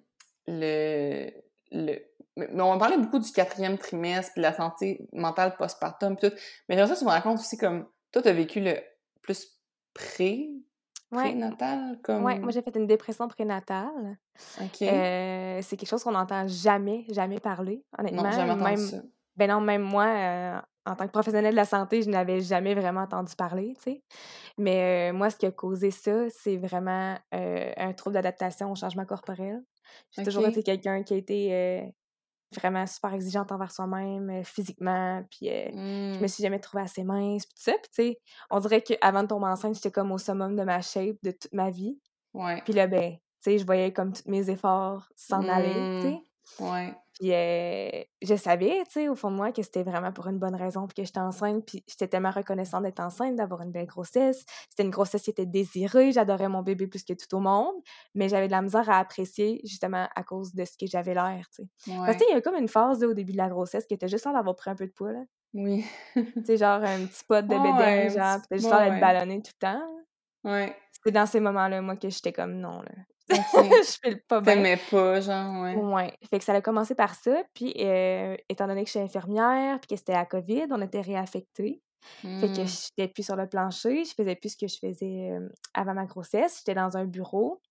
le le mais mais on va parler beaucoup du quatrième trimestre, puis de la santé mentale postpartum, puis tout. Mais j'aimerais ça que tu me racontes aussi comme toi, tu as vécu le plus pré Ouais, prénatal ouais, moi, comme j'ai fait une dépression prénatale. OK. Heu, c'est quelque chose qu'on n'entend jamais, jamais parler, Non, honnêtement. jamais entendu Même ça. ben non, même moi, heu, en tant que professionnelle de la santé, je n'avais jamais vraiment entendu parler, tu sais. Mais, heu, moi, ce qui a causé ça, c'est vraiment, heu, un trouble d'adaptation au changement corporel. J'ai toujours été OK. quelqu'un qui a été, heu, vraiment super exigeante envers soi-même, heu, physiquement, puis, heu, je me Mmh. suis jamais trouvée assez mince, puis tout ça. Puis, tu sais, on dirait qu'avant de tomber enceinte, j'étais comme au summum de ma shape de toute ma vie. Ouais. Puis là, ben, tu sais, je voyais comme tous mes efforts s'en aller, tu Mmh. sais. Ouais. Puis, heu, je savais, tu sais, au fond de moi que c'était vraiment pour une bonne raison, puis que j'étais enceinte, puis j'étais tellement reconnaissante d'être enceinte, d'avoir une belle grossesse. C'était une grossesse qui était désirée, j'adorais mon bébé plus que tout au monde, mais j'avais de la misère à apprécier justement à cause de ce que j'avais l'air, tu sais. Parce que tu Ouais. sais, il y a comme une phase, là, au début de la grossesse que tu as juste l'air d'avoir pris un peu de poids, là. Oui. Tu sais, genre un petit pot de Ouais, bédaine, ouais, un genre, petit puis tu as juste l'air ouais, d'être ouais. ballonnée tout le temps, là. Ouais. C'est dans ces moments-là, moi, que j'étais comme: «Non, là, OK. je file pas bien». Tu pas, genre, ouais. Ouais, fait que ça a commencé par ça, puis, heu, étant donné que je suis infirmière, puis que c'était la COVID, on était réaffectés. Fait que Mmh. j'étais plus sur le plancher, je faisais plus ce que je faisais, hem, avant ma grossesse. J'étais dans un bureau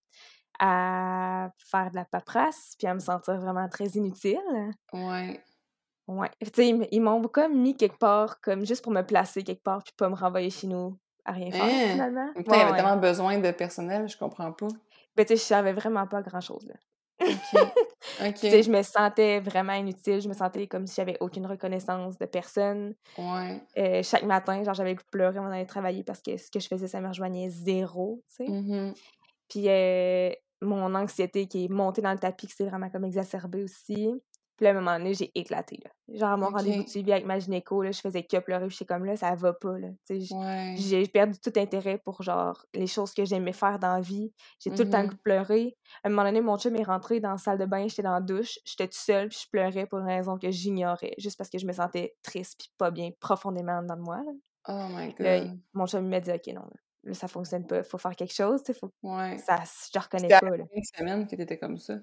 à faire de la paperasse, puis à me sentir vraiment très inutile. Ouais. Ouais, tu sais, ils m ils m'ont comme mis quelque part, comme juste pour me placer quelque part, puis pas me renvoyer chez nous à rien faire, Hein? finalement. Mais pourtant, il y Ouais, avait ouais. tellement besoin de personnel, je comprends pas. Ben, tu sais, je servais vraiment pas à grand-chose, là. OK. Puis, tu sais, je OK. me sentais vraiment inutile, je me sentais comme si j'avais aucune reconnaissance de personne. Ouais. Heu, chaque matin, genre, j'avais le goût de pleurer avant d'aller travailler parce que ce que je faisais, ça me rejoignait zéro, tu sais. Mmh Puis, heu, mon anxiété qui est montée dans le tapis, qui s'est vraiment comme exacerbée aussi. Puis là, à un moment donné, j'ai éclaté, là. Genre, à mon rendez-vous de OK. suivi avec ma gynéco, là, je faisais que pleurer, puis j'étais comme: «Là, ça va pas, là». Tu sais, j Ouais. j'ai perdu tout intérêt pour, genre, les choses que j'aimais faire dans la vie. J'ai tout le temps le goût Mmh de pleurer. À un moment donné, mon chum est rentré dans la salle de bain, j'étais dans la douche, j'étais toute seule, puis je pleurais pour une raison que j'ignorais, juste parce que je me sentais triste puis pas bien profondément en dedans de moi, là. Oh my Là, i god. mon chum, il m'a dit: «OK, non, là, là, ça fonctionne pas, faut faire quelque chose, tu sais, faut Ouais. ça s je reconnais C'était à pas, là». combien de semaines que tu étais comme ça?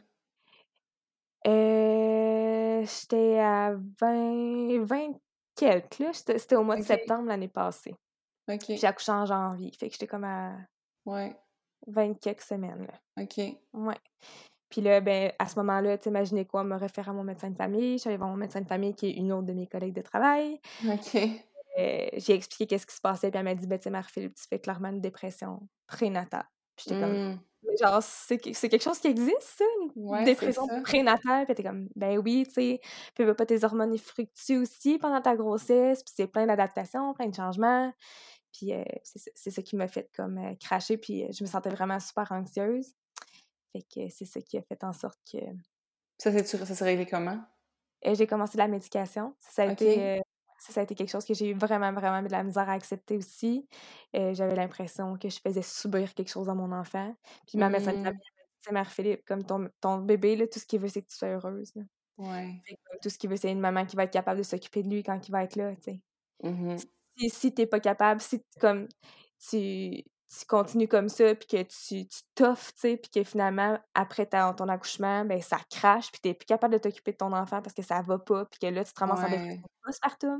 Heu, j'étais à vingt vingt quelques, là, c'était c'était au mois de OK. septembre l'année passée. Puis j'ai OK. accouché en janvier, fait que j'étais comme à Ouais. vingt quelques semaines, là. OK. Ouais. Puis là, ben, à ce moment-là, tu sais, ma gynéco me réfère à mon médecin de famille. Je suis allée voir mon médecin de famille qui est une autre de mes collègues de travail. OK. Heu, j'ai expliqué qu'est-ce qui se passait, puis elle m'a dit: «Ben, tu sais, Marie-Philippe, tu fais clairement une dépression prénatale». Puis j'étais comme: Mmh. «Mais genre, c'est que c'est quelque chose qui existe ça, une Ouais, c'est dépression ça. prénatale?» Puis elle était comme: «Ben oui, tu sais, puis veux pas tes hormones, ils fluctuent aussi pendant ta grossesse, puis c'est plein d'adaptations, plein de changements». Puis, heu, c'est ça c'est ça qui m'a fait comme, heu, crasher, puis, heu, je me sentais vraiment super anxieuse. Fait que c'est ça qui a fait en sorte que, Ça c'est ça s'est réglé comment? heu, j'ai commencé la médication. Ça ça a OK. été, heu, ça ça a été quelque chose que j'ai eu vraiment, vraiment de la misère à accepter aussi. Heu, j'avais l'impression que je faisais subir quelque chose à mon enfant. Puis ma médecin de famille Mmh. elle m'a dit: «Tu sais, Marie-Philippe, comme ton ton bébé là, tout ce qu'il veut, c'est que tu sois heureuse, là. Ouais. Tu sais, comme tout ce qu'il veut, c'est une maman qui va être capable de s'occuper de lui quand il va être là, tu sais. Mmh. Si si tu es pas capable, si t comme tu tu continues comme ça, puis que tu tu toffes, tu sais, puis que finalement, après ta ton accouchement, ben, ça crache, puis tu es plus capable de t'occuper de ton enfant parce que ça va pas, puis que là, tu te ramasses en Ouais. dépression postpartum,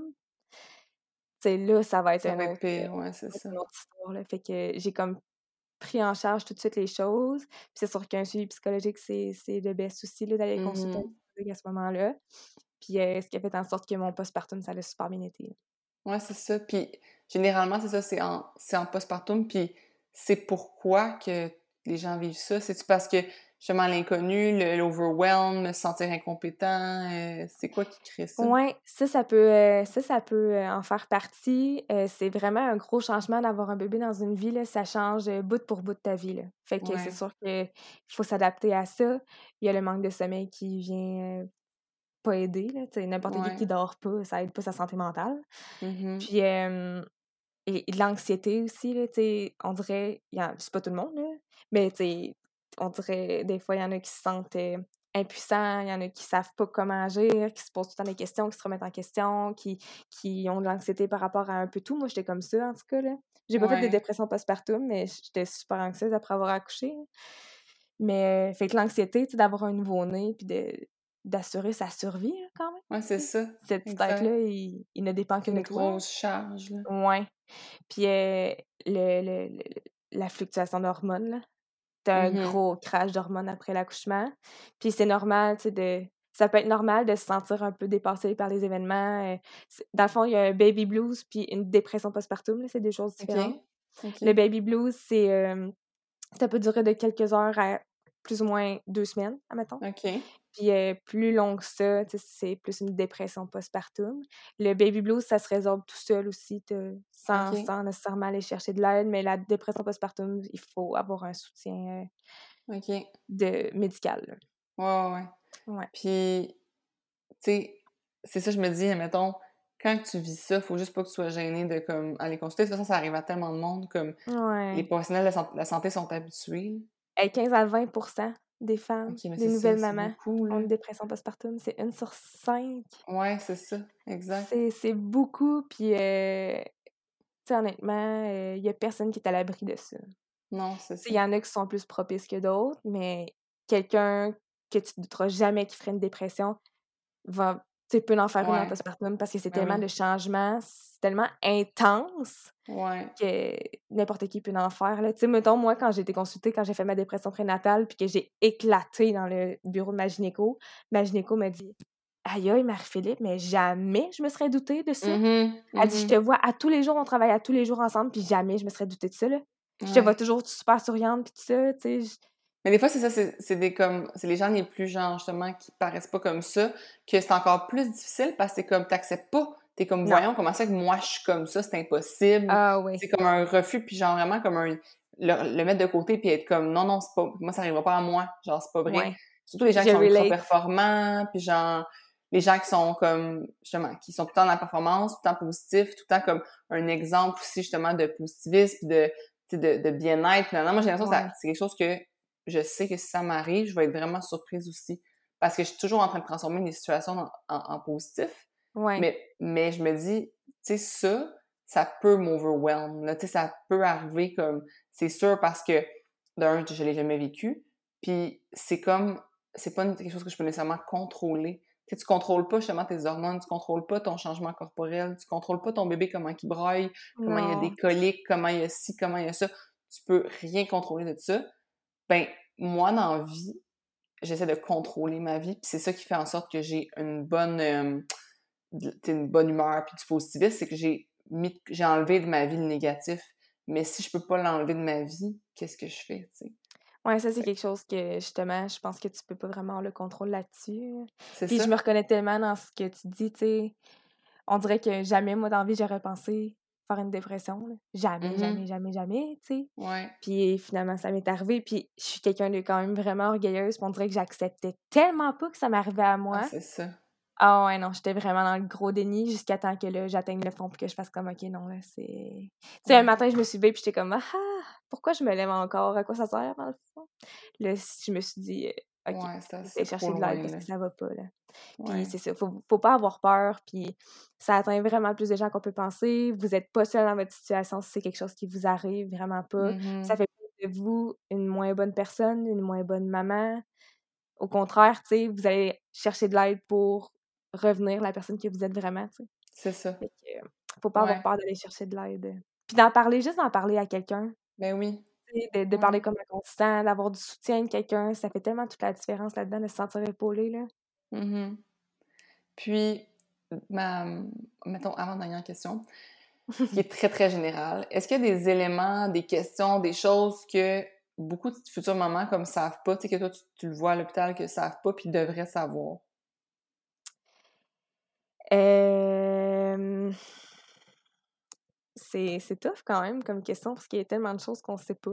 tu sais, là, ça va être Ça un va être autre, heu, pire, ouais, c'est ça va être ça. une autre histoire, là. Fait que j'ai comme pris en charge tout de suite les choses. Puis c'est sûr qu'un suivi psychologique, c'est c'est le best aussi, là, d'aller consulter un Mmh. psychologue à ce moment-là. Puis, heu, ce qui a fait en sorte que mon postpartum, ça allait super bien été, là. Ouais, c'est ça. Puis généralement, c'est ça, c'est en c'est en postpartum. Puis c'est pourquoi que les gens vivent ça? C'est-tu parce que justement l'inconnu, le l'overwhelm, se sentir incompétent, heu, c'est quoi qui crée ça? Ouais, ça, ça peut, heu, ça, ça peut, heu, en faire partie. Heu, c'est vraiment un gros changement d'avoir un bébé dans une vie, là. Ça change, heu, bout pour bout de ta vie, là. Fait que c'est Ouais, sûr qu'il faut s'adapter à ça. Il y a le manque de sommeil qui vient, heu, pas aider, là. Tu sais, n'importe qui ouais. qui dort pas, ça aide pas sa santé mentale. Mmh. Puis, hem et et de l'anxiété aussi, là, tu sais, on dirait il y en c'est pas tout le monde, là, mais tu sais, on dirait des fois, il y en a qui se sentent, heu, impuissants, il y en a qui savent pas comment agir, qui se posent tout le temps des questions, qui se remettent en question, qui qui ont de l'anxiété par rapport à un peu tout. Moi, j'étais comme ça, en tout cas, là. J'ai pas fait de Ouais. dépression postpartum, mais j'étais super anxieuse après avoir accouché, là. Mais, heu, fait que l'anxiété, tu sais, d'avoir un nouveau-né puis de d'assurer sa survie, là, quand même, Ouais, c'est tu sais. ça. Ce petit Exact. être-là, il il ne dépend que C'est de une toi. grosse charge, là. Ouais. Puis, heu, le le le la fluctuation d'hormones, là. Tu un Mmh. gros crash d'hormones après l'accouchement. Puis c'est normal, tu sais, de ça peut être normal de se sentir un peu dépassé par les événements, heu, c'est dans le fond, il y a un baby blues puis une dépression postpartum, là, c'est deux choses différentes. OK. OK. Le baby blues, c'est, hem, ça peut durer de quelques heures à plus ou moins deux semaines, admettons. OK. Puis, heu, plus long que ça, tu sais, c'est plus une dépression postpartum. Le baby blues, ça se résorbe tout seul aussi, te sans OK. sans nécessairement aller chercher de l'aide, mais la dépression postpartum, il faut avoir un soutien, heu, OK. de médical, là. Ouais, ouais, ouais. Ouais. Puis, tu sais, c'est ça, je me dis, admettons, quand tu vis ça, faut juste pas que tu sois gêné de, comme, aller consulter. De toute façon, ça arrive à tellement de monde, comme les Ouais. professionnels de la san la santé sont habitués. Hey, quinze à vingt des femmes, OK, mais des c'est ça, nouvelles c'est mamans beaucoup, ont là. une dépression postpartum, c'est une sur cinq. Ouais, c'est ça, exact. C'est c'est beaucoup, puis, heu, tu sais, honnêtement, il y a personne qui est à l'abri de ça. Non, c'est Il ça. y en a qui sont plus propices que d'autres, mais quelqu'un que tu douteras jamais qui ferait une dépression va tu sais, peut en faire une en Ouais, postpartum parce que c'est ben tellement oui. de changements, c'est tellement intense Ouais. que n'importe qui peut en faire, là. Tu sais, mettons, moi, quand j'ai été consultée, quand j'ai fait ma dépression prénatale puis que j'ai éclaté dans le bureau de ma gynéco, ma gynéco m'a dit: «Aïe aïe, Marie-Philippe, mais jamais je me serais doutée de ça». Mhm, Elle dit: «Je te mhm. vois à tous les jours, on travaille à tous les jours ensemble, puis jamais je me serais doutée de ça, là. Je te vois Ouais. toujours super souriante puis tout ça, tu sais, j» Mais des fois, c'est ça, c'est c'est des comme c'est les gens les plus genre justement qui paraissent pas comme ça, que c'est encore plus difficile parce que c'est comme t'acceptes pas. T'es comme Non. voyons comment ça que moi je suis comme ça, c'est impossible. Ah oui. C'est comme un refus, puis genre vraiment comme un le, le mettre de côté puis être comme non, non, c'est pas moi, ça arrivera pas à moi. Genre, c'est pas vrai. Ouais. Surtout les gens Je qui sont ultra relate. performants, puis genre les gens qui sont comme justement, qui sont tout le temps dans la performance, tout le temps positifs, tout le temps comme un exemple aussi justement de positivisme, puis de, tu sais, de, de bien-être. Finalement, moi j'ai l'impression que ça- Ouais. c'est quelque chose que je sais que si ça m'arrive, je vais être vraiment surprise aussi. Parce que je suis toujours en train de transformer les situations en, en, en positif. Ouais. Mais, mais je me dis, tu sais, ça, ça peut m'overwhelm. Là, tu sais, ça peut arriver comme, c'est sûr parce que, d'un, je l'ai jamais vécu. Puis c'est comme, c'est pas une- quelque chose que je peux nécessairement contrôler. Tu sais, tu contrôles pas justement tes hormones, tu contrôles pas ton changement corporel, tu contrôles pas ton bébé, comment il braille, comment il y a des Non. coliques, comment il y a ci, comment il y a ça. Tu peux rien contrôler de ça. Ben, moi, dans la vie, j'essaie de contrôler ma vie, puis c'est ça qui fait en sorte que j'ai une bonne, euh, une bonne humeur puis du positivisme, c'est que j'ai mis, j'ai enlevé de ma vie le négatif. Mais si je peux pas l'enlever de ma vie, qu'est-ce que je fais, tu sais? Ouais, ça, c'est quelque chose que, justement, je pense que tu peux pas vraiment avoir le contrôle là-dessus. C'est Puis ça? je me reconnais tellement dans ce que tu dis, tu sais. On dirait que jamais, moi, dans la vie, j'aurais pensé faire une dépression, là. Jamais, Mhm. jamais, jamais, jamais, tu sais. Ouais. Puis finalement, ça m'est arrivé. Puis je suis quelqu'un de quand même vraiment orgueilleuse. Puis on dirait que j'acceptais tellement pas que ça m'arrivait à Ah, moi. c'est ça. Ah ouais, non, j'étais vraiment dans le gros déni jusqu'à temps que là, j'atteigne le fond puis que je fasse comme OK, non, là, c'est. Tu sais, un Ouais. matin, je me suis levée puis j'étais comme Ah, pourquoi je me lève encore? À quoi ça sert, dans le fond? Là, je me suis dit euh, OK, Ouais, c'est j'essaie c'est de trop chercher de l'aide loin, parce là. que ça va pas, là. Puis Ouais. c'est ça, faut, faut pas avoir peur, puis ça atteint vraiment plus de gens qu'on peut penser. Vous êtes pas seul dans votre situation si c'est quelque chose qui vous arrive, vraiment pas. Ça Mhm. fait pas de vous une moins bonne personne, une moins bonne maman. Au contraire, tu sais, vous allez chercher de l'aide pour revenir la personne que vous êtes vraiment, tu sais. C'est ça. Fait que, euh, faut pas avoir Ouais. peur d'aller chercher de l'aide. Puis d'en parler, juste d'en parler à quelqu'un, Ben oui. tu sais, de, de parler Ouais. comme on se sent, d'avoir du soutien de quelqu'un, ça fait tellement toute la différence là-dedans, de se sentir épaulé, là. Mhm. Puis, ma, mettons, avant-dernière question, ce qui est très, très général, est-ce qu'il y a des éléments, des questions, des choses que beaucoup de futures mamans comme savent pas, tu sais, que toi, tu, tu le vois à l'hôpital, que savent pas, puis devraient savoir? Hem, c'est c'est tough quand même comme question parce qu'il y a tellement de choses qu'on sait pas.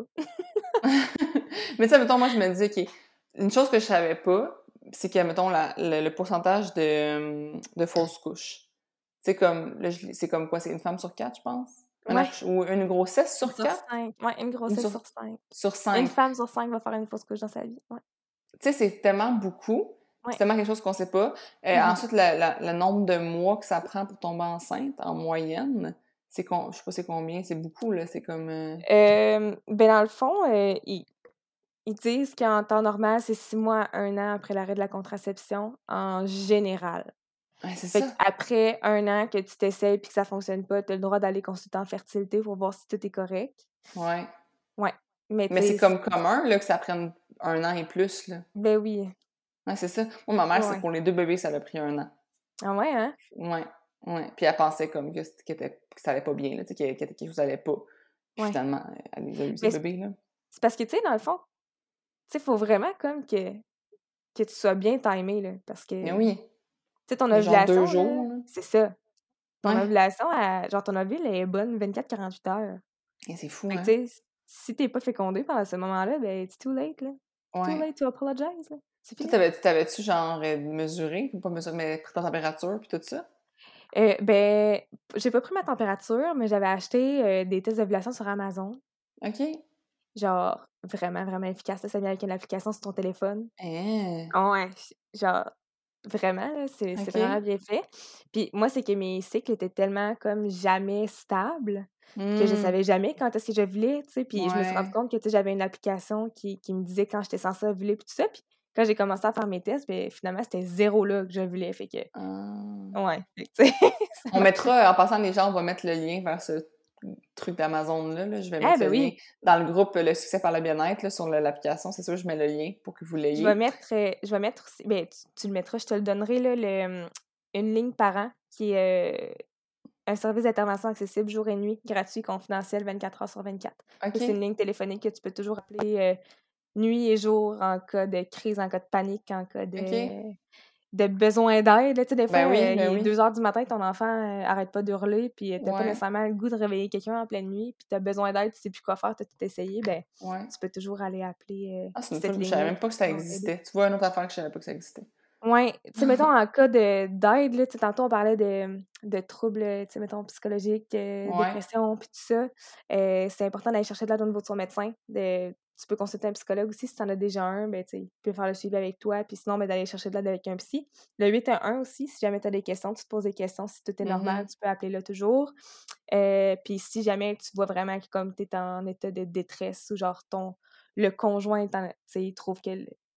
Mais tu sais, mettons, moi, je me dis, OK, une chose que je savais pas, c'est que, mettons, la- le, le pourcentage de, de fausses couches. Tu sais, comme, là, je- c'est comme quoi? C'est une femme sur quatre, je pense? Un Ouais, accouche- ou une grossesse une sur sur quatre? cinq. Ouais, une Une grossesse sur, sur cinq. sur Une cinq. femme sur cinq va faire une fausse couche dans sa vie. Ouais. Tu sais, c'est tellement beaucoup. C'est Ouais. tellement quelque chose qu'on sait pas. Euh, Mmh. ensuite, la- la- le nombre de mois que ça prend pour tomber enceinte, en moyenne, c'est con, je sais pas c'est combien, c'est beaucoup, là. C'est comme... euh, Hem, ben, dans le fond, heu, ils ils disent qu'en temps normal, c'est six mois à un an après l'arrêt de la contraception, en général. Ouais, c'est Fait ça. qu'après un an que tu t'essayes puis que ça fonctionne pas, tu as le droit d'aller consulter en fertilité pour voir si tout est correct. Ouais. Ouais, mais tu Mais c'est sais, comme c commun, là, que ça prenne un an et plus, là. ben, oui. Ouais, c'est ça. Moi, ma mère, Ouais, c'est ouais. pour les deux bébés, ça a pris un an. Ah ouais, hein? Ouais, ouais. Puis elle pensait comme que, c'était- qu'elle était- que ça allait pas bien, là, tu sais, qu'il y avait quelque chose allait pas. Puis Ouais. finalement, elle les a eu, ces Mais c'est bébés, là. c'est parce que, tu sais, dans le fond, tu sais, faut vraiment comme que que tu sois bien timé, là, parce Mais que, tu oui, sais, ton il y a genre deux ovulation, là, jours, là. c'est ça. Ton Ouais. ovulation, elle genre, ton ovule, elle est bonne vingt-quatre à quarante-huit heures. Et c'est fou, Fait que, hein? tu sais, si tu es pas fécondé pendant ce moment-là, ben, it's too late, là. Too Ouais. late to apologize, là. C'est Toi, fini. t'avais- t'avais-tu, genre, euh, mesuré, pas mesuré, mais pris ta température, puis tout ça? Heu, ben, j'ai pas pris ma température, mais j'avais acheté, heu, des tests d'ovulation sur Amazon. OK. Genre, vraiment, vraiment efficace, là, ça vient avec une application sur ton téléphone. Hein? Ah ouais, j genre, vraiment, là, c'est c'est vraiment OK. bien fait. Puis moi, c'est que mes cycles étaient tellement comme jamais stables que je Hmm. savais jamais quand est-ce que j'ovulais, tu sais. Puis je me suis rendue Ouais. compte que, tu sais, j'avais une application qui qui me disait quand j'étais censée ovuler puis tout ça. Puis quand j'ai commencé à faire mes tests, ben, finalement, c'était zéro là que j'ovulais. Fait que Ah. ouais, fait que tu sais, ça On marchait. mettra, en passant, les gens, on va mettre le lien vers ce truc d'Amazon-là, là. Je vais Ah mettre le ben lien oui, dans le groupe Le succès par le bien-être, là, sur le- l'application. C'est sûr, je mets le lien pour que vous je vais l'ayez. mettre, heu, je vais mettre aussi ben, tu tu le mettras, je te le donnerai là, le, mmh, une ligne par an qui est, heu un service d'intervention accessible jour et nuit, gratuit, confidentiel, vingt-quatre heures sur vingt-quatre. Fait que c'est une OK. ligne téléphonique que tu peux toujours appeler, heu, nuit et jour en cas de crise, en cas de panique, en cas OK. de de besoin d'aide, là. Tu sais, des fois, Ben oui, heu, il ben est oui. deux heures du matin, ton enfant, heu, arrête pas d'hurler, puis heu, tu pas Ouais, nécessairement le goût de réveiller quelqu'un en pleine nuit, puis tu as besoin d'aide, tu sais plus quoi faire, tu as tout essayé, ben, ouais. tu peux toujours aller appeler, heu, Ah, c'est une cette bonne... Je savais ligne-là, même puis pas que ça ils vont t'aider. existait. Tu vois, une autre affaire que je savais pas que ça existait. Ouais, tu sais, mettons en cas de d'aide, là, tu sais, tantôt on parlait de de troubles, heu, tu sais, mettons psychologiques, heu, Ouais. dépression puis tout ça, heu, c'est important d'aller chercher de l'aide au niveau de son médecin. De Tu peux consulter un psychologue aussi si tu en as déjà un, ben, tu sais, il peut faire le suivi avec toi, puis sinon, ben, d'aller chercher de l'aide avec un psy. Le huit un un aussi, si jamais tu as des questions, tu te poses des questions, si tout est normal, Mhm. tu peux appeler là toujours. Heu, puis si jamais tu vois vraiment que comme tu es en état de détresse ou genre ton le conjoint est en tu sais, il trouve que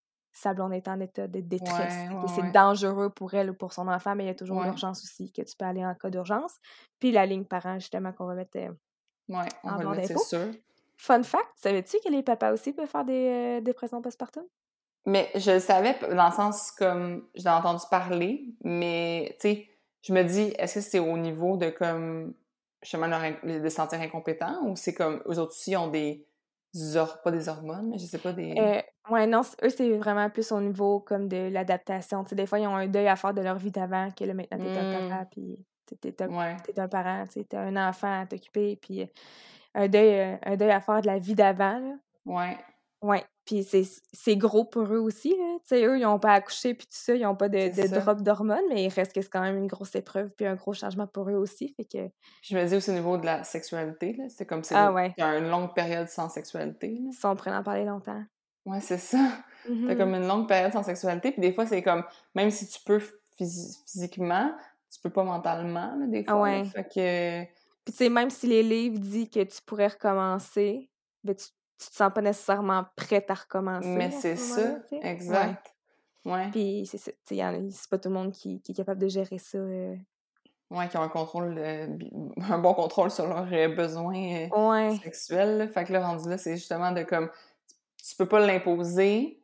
sa blonde est en état de détresse Ouais, et que ouais, c'est ouais. dangereux pour elle ou pour son enfant, mais il y a toujours Ouais, l'urgence aussi, que tu peux aller en cas d'urgence. Puis la ligne parent, justement, qu'on va mettre, heu, ouais, on en va le barre mettre, c'est d'infos. sûr. Fun fact, savais-tu que les papas aussi peuvent faire des, heu, dépressions postpartum? Mais je le savais p dans le sens comme je l'ai entendu parler, mais tu sais, je me dis: «Est-ce que c'est au niveau de comme, justement leur in de se sentir incompétent ou c'est comme eux autres aussi ont des hor pas des hormones, mais je sais pas des» Heu, ouais, non, c eux, c'est vraiment plus au niveau comme de l'adaptation. Tu sais, des fois, ils ont un deuil à faire de leur vie d'avant que là, maintenant, tu es un Mmh. papa, puis tu sais, tu es un Ouais. tu es un parent, tu sais, tu as un enfant à t'occuper, puis, heu, un deuil, heu, un deuil à faire de la vie d'avant, là. Ouais. Ouais, puis c'est c'est gros pour eux aussi, là. Tu sais, eux, ils ont pas accouché puis tout ça, ils ont pas de C'est de ça. drop d'hormones, mais il reste que c'est quand même une grosse épreuve puis un gros changement pour eux aussi, fait que Puis je me dis aussi au niveau de la sexualité, là, c'est comme c'est ah l ouais, tu as une longue période sans sexualité, là. ça, on pourrait en parler longtemps. Ouais, c'est ça. Tu as Mmh. comme une longue période sans sexualité, puis des fois, c'est comme même si tu peux physi physiquement, tu peux pas mentalement, là, des Ah fois, là. ouais. Fait que Puis tu sais, même si les livres disent que tu pourrais recommencer, ben tu tu te sens pas nécessairement prête à mais recommencer à c'est ce moment-là, ça, tu sais? Ouais. exact. Ouais. Puis c'est ça, tu sais, y en a c'est pas tout le monde qui qui est capable de gérer ça, heu Ouais, qui ont un contrôle, heu, bi un bon contrôle sur leurs, heu, besoins, heu, ouais. sexuels, là. Fait que là, rendu là, c'est justement de comme tu peux pas l'imposer,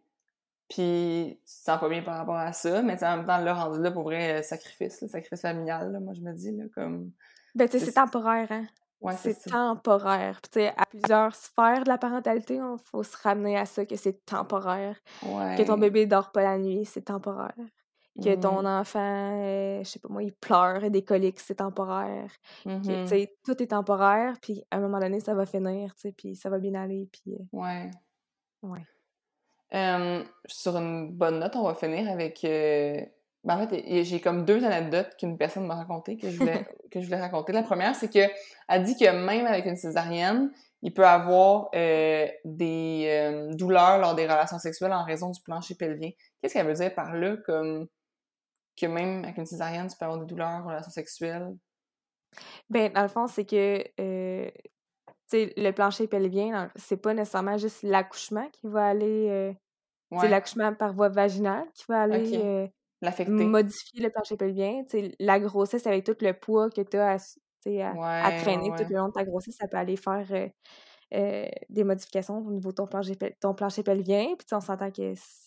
puis tu te sens pas bien par rapport à ça, mais tu sais, en même temps, là, rendu là, pour vrai, heu, sacrifice, là, sacrifice familial, là, moi, je me dis, là, comme Ben, tu sais, c'est c'est temporaire, hein. ouais, c'est C'est ça. temporaire. Puis tu sais, à plusieurs sphères de la parentalité, il faut se ramener à ça, que c'est temporaire. Que ton Ouais. bébé dort pas la nuit, c'est temporaire. Que ton Mmh. enfant, heu, je sais pas moi, il pleure, a des coliques, c'est temporaire. Que tu Mmh. sais, tout est temporaire, puis à un moment donné, ça va finir, tu sais, puis ça va bien aller, puis, heu, Ouais. ouais. Hem, sur une bonne note, on va finir avec, heu, ben, en fait, il y a j'ai comme deux anecdotes qu'une personne m'a racontées que je voulais que je voulais raconter. La première, c'est qu'elle dit que même avec une césarienne, il peut avoir, heu, des, hem, douleurs lors des relations sexuelles en raison du plancher pelvien. Qu'est-ce qu'elle veut dire par là? Comme que même avec une césarienne, tu peux avoir des douleurs aux relations sexuelles? Ben, dans le fond, c'est que, heu, tu sais, le plancher pelvien, dans c'est pas nécessairement juste l'accouchement qui va aller, heu, tu sais, Ouais, l'accouchement par voie vaginale qui va OK. aller, heu L'affecter. modifier le plancher pelvien, tu sais, la grossesse avec tout le poids que tu as à s tu sais, à à Ouais, ouais, traîner tout ouais. le long de ta grossesse, ça peut aller faire, heu heu, des modifications au niveau de ton plancher pel ton plancher pelvien. Puis tu sais, on s'entend que s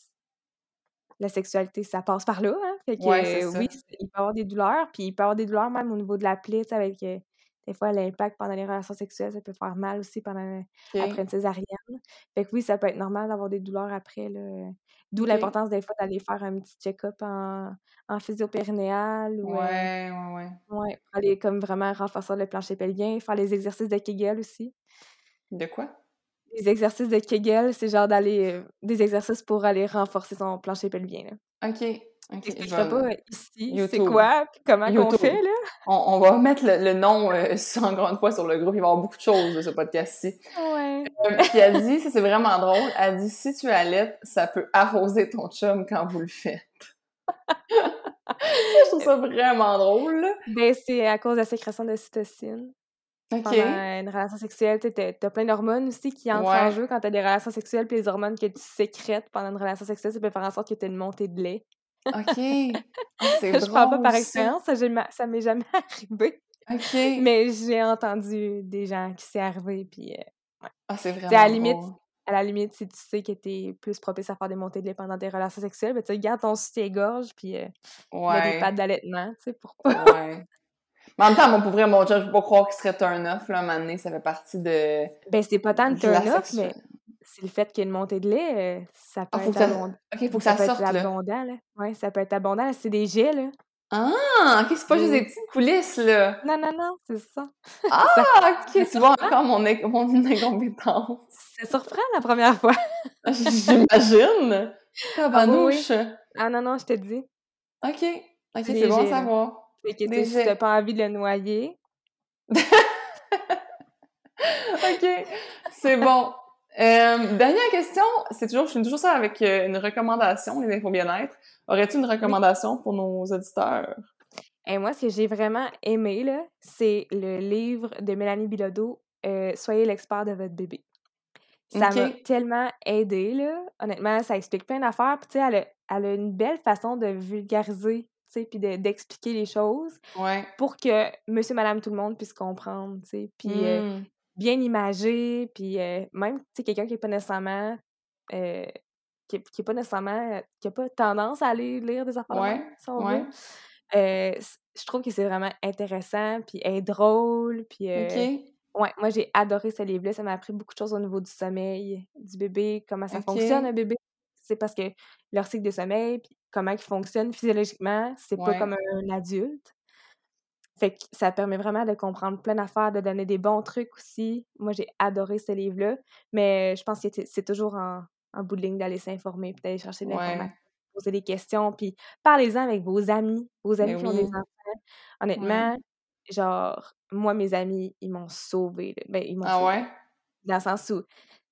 la sexualité, ça passe par là, hein. Fait Ouais, c'est que euh, oui, ça. c il peut y avoir des douleurs, puis il peut y avoir des douleurs même au niveau de la plaie, tu sais, avec, heu, des fois l'impact pendant les relations sexuelles, ça peut faire mal aussi pendant après OK, une césarienne. Fait que oui, ça peut être normal d'avoir des douleurs après là, heu, d'où OK. l'importance des fois d'aller faire un petit check-up en en physio-périnéale ou, heu, Ouais, ouais, ouais. ouais, pour aller comme vraiment renforcer le plancher pelvien, faire les exercices de Kegel aussi. De quoi? Les exercices de Kegel, c'est genre d'aller, heu, des exercices pour aller renforcer son plancher pelvien, là. OK, OK, je J'expliquerai vais pas, heu, ici c'est YouTube. quoi, puis comment qu'on YouTube. fait, là. On on va mettre le le nom, heu, sur encore une fois sur le groupe. Il va y avoir beaucoup de choses de ce podcast-ci. Ouais. Hem, puis elle dit, ça c'est vraiment drôle, elle dit: «Si tu allaites, ça peut arroser ton chum quand vous le faites». Ça, je trouve ça vraiment drôle, là. Ben, c'est à cause de la sécrétion d'ocytocine pendant OK. une relation sexuelle. Tu sais, tu as plein d'hormones aussi qui entrent en Ouais. jeu quand tu as des relations sexuelles, puis les hormones que tu sécrètes pendant une relation sexuelle, ça peut faire en sorte que tu aies une montée de lait. OK. Ah, c'est Je parle pas drôle par ça. expérience, ça j'ai ma ça m'est jamais arrivé, OK. mais j'ai entendu des gens qui c'est arrivé, puis, heu, ouais. Ah, c'est Tu sais, à la vraiment limite drôle. à la limite, si tu sais que tu es plus propice à faire des montées de lait pendant tes relations sexuelles, ben, tu sais, garde ton soutien-gorge puis, heu, mets des pattes Ouais, d'allaitement, tu sais, pour pas ouais. Mais en même temps, moi, pour vrai, mon chum, je peux pas croire qu'il serait turn off, là, à un moment donné, ça fait partie de ben, c'est pas tant le de la turn off, mais sexuelle. c'est le fait qu'il y ait une montée de lait, heu, ça Ah, peut faut être que ça abond OK, faut que ça ça peut être sorte, là. abondant, là. Ouais, ça peut être abondant, c'est des jets, là. Ah! OK, c'est pas juste des Des petites coulisses, là. non, non, non, c'est ça. Ah! Ça ça OK, tu vois surprend encore mon inc mon incompétence. ça surprend la première fois. J'imagine! Ah oui, oui. Tabanouche! Ah non, non, je te dis, OK. OK, c'est c'est bon à léger, là. savoir. Fait que, tu sais, si tu as Léger. pas envie de le noyer, OK, c'est bon. Hem, dernière question, c'est toujours je finis toujours ça avec, heu, une recommandation, les infos bien-être. Aurais-tu une oui. recommandation pour nos auditeurs? Et moi, ce que j'ai vraiment aimé, là, c'est le livre de Mélanie Bilodeau, heu, «Soyez l'expert de votre bébé». Ça m'a OK. tellement aidée, là. Honnêtement, ça explique plein d'affaires, puis tu sais, elle a elle a une belle façon de vulgariser, tu sais, puis de d'expliquer les choses Ouais. pour que monsieur, madame, tout le monde puisse comprendre, tu sais, puis, heu, Mmh. bien imagé, puis, heu, même, tu sais, quelqu'un qui est pas nécessairement, heu qui est qui est pas nécessairement qui a pas tendance à aller lire des affaires de Ouais, même, si on ouais. veut. Heu, c je trouve que c'est vraiment intéressant, puis elle est drôle, puis, heu, OK. ouais, moi, j'ai adoré ce livre-là. Ça m'a appris beaucoup de choses au niveau du sommeil du bébé, comment ça fonctionne un OK. bébé. C'est parce que leur cycle de sommeil, puis comment ils fonctionnent physiologiquement, c'est pas comme Ouais. un adulte. Fait que ça permet vraiment de comprendre plein d'affaires, de donner des bons trucs aussi. Moi, j'ai adoré ce livre-là, mais je pense que c'est c'est toujours en en bout de ligne d'aller s'informer, puis d'aller chercher de l'information, Ouais. poser des questions, puis parlez-en avec vos amis, vos Ben amis qui ont des oui. enfants. Ouais. Honnêtement, genre, moi, mes amis, ils m'ont sauvée, là. Ben, ils m'ont Ah sauvée, ouais? dans le sens où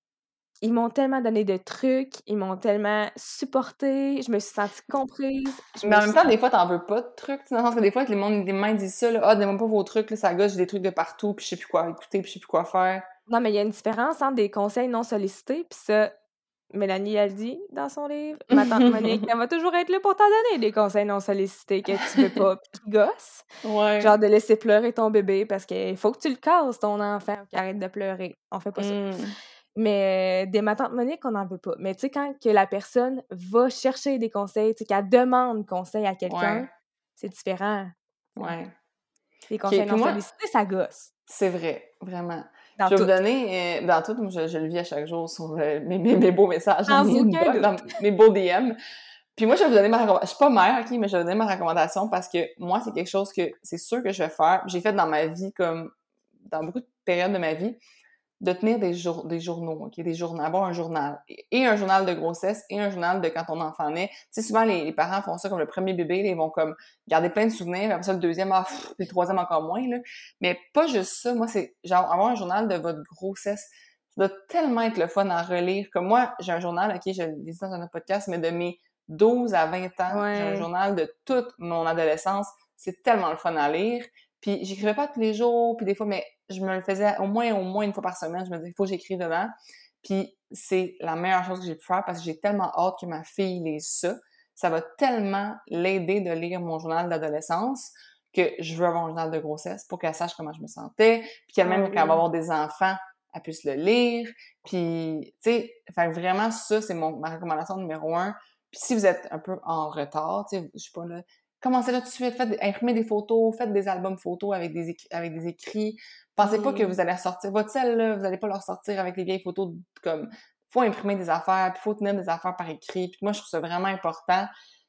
ils m'ont tellement donné de trucs, ils m'ont tellement supportée, je me suis sentie comprise, je Mais me en suis même temps, des sentie fois, t'en veux pas de trucs, tu sais, dans le sens que des fois, les monde les mains disent ça, là: «Ah, donnez-moi pas vos trucs, là, ça gosse, j'ai des trucs de partout, puis je sais plus quoi écouter, puis je sais plus quoi faire». non, mais il y a une différence entre des conseils non sollicités, puis ça, Mélanie, elle le dit dans son livre. Ma tante Monique, elle va toujours être là pour t'en donner des conseils non sollicités que tu veux pas, puis qui gossent. Genre Ouais. de laisser pleurer ton bébé parce qu'il faut que tu le casses, ton enfant, qu'il arrête de pleurer. On fait pas ça. Mmh. Mais des ma tante Monique, on n'en veut pas. Mais tu sais, quand que la personne va chercher des conseils, tu sais, qu'elle demande conseil à quelqu'un, Ouais. c'est différent. Ouais. Les OK, conseils puis non moi sollicités, ça gosse. c'est vrai, vraiment. Dans Je vais vous tout. donner, heu, dans tout, moi, je je le vis à chaque jour sur, heu, mes mes mes beaux messages dans Sans mes aucun inbox, dans doute. mes beaux D M. Puis moi, je vais vous donner ma recommandation. Je suis pas mère, OK, mais je vais vous donner ma recommandation parce que moi, c'est quelque chose que c'est sûr que je vais faire. J'ai fait dans ma vie comme dans beaucoup de périodes de ma vie, de tenir des jour des journaux, OK, des journaux, avoir un journal et et un journal de grossesse et un journal de quand ton enfant naît. Tu sais, souvent, les les parents font ça comme le premier bébé, là, ils vont comme garder plein de souvenirs, après ça, le deuxième, ah, pff, puis le troisième encore moins, là. Mais pas juste ça, moi, c'est genre avoir un journal de votre grossesse. Ça doit tellement être le fun à relire. Comme moi, j'ai un journal, OK, je l'ai dit dans un autre podcast, mais de mes douze à vingt ans, j'ai un Ouais. journal de toute mon adolescence. C'est tellement le fun à lire. Puis j'écrivais pas tous les jours, puis des fois, mais je me le faisais au moins, au moins une fois par semaine. Je me disais, il faut que j'écrive dedans. Puis c'est la meilleure chose que j'ai pu faire parce que j'ai tellement hâte que ma fille lise ça. Ça va tellement l'aider de lire mon journal d'adolescence que je veux avoir un journal de grossesse pour qu'elle sache comment je me sentais, puis qu'elle-même, Ah quand elle va oui. avoir des enfants, elle puisse le lire. Puis, tu sais, fait que vraiment, ça, c'est mon, ma recommandation numéro un. Puis si vous êtes un peu en retard, tu sais, je sais pas, là, commencez là tout de suite, faites, imprimez des photos, faites des albums photos avec des, écrits, avec des écrits. Pensez pas que Oui. vous allez ressortir votre selle, là, vous allez pas le ressortir avec les vieilles photos de, comme, faut imprimer des affaires, puis faut tenir des affaires par écrit. Puis moi, je trouve ça vraiment important.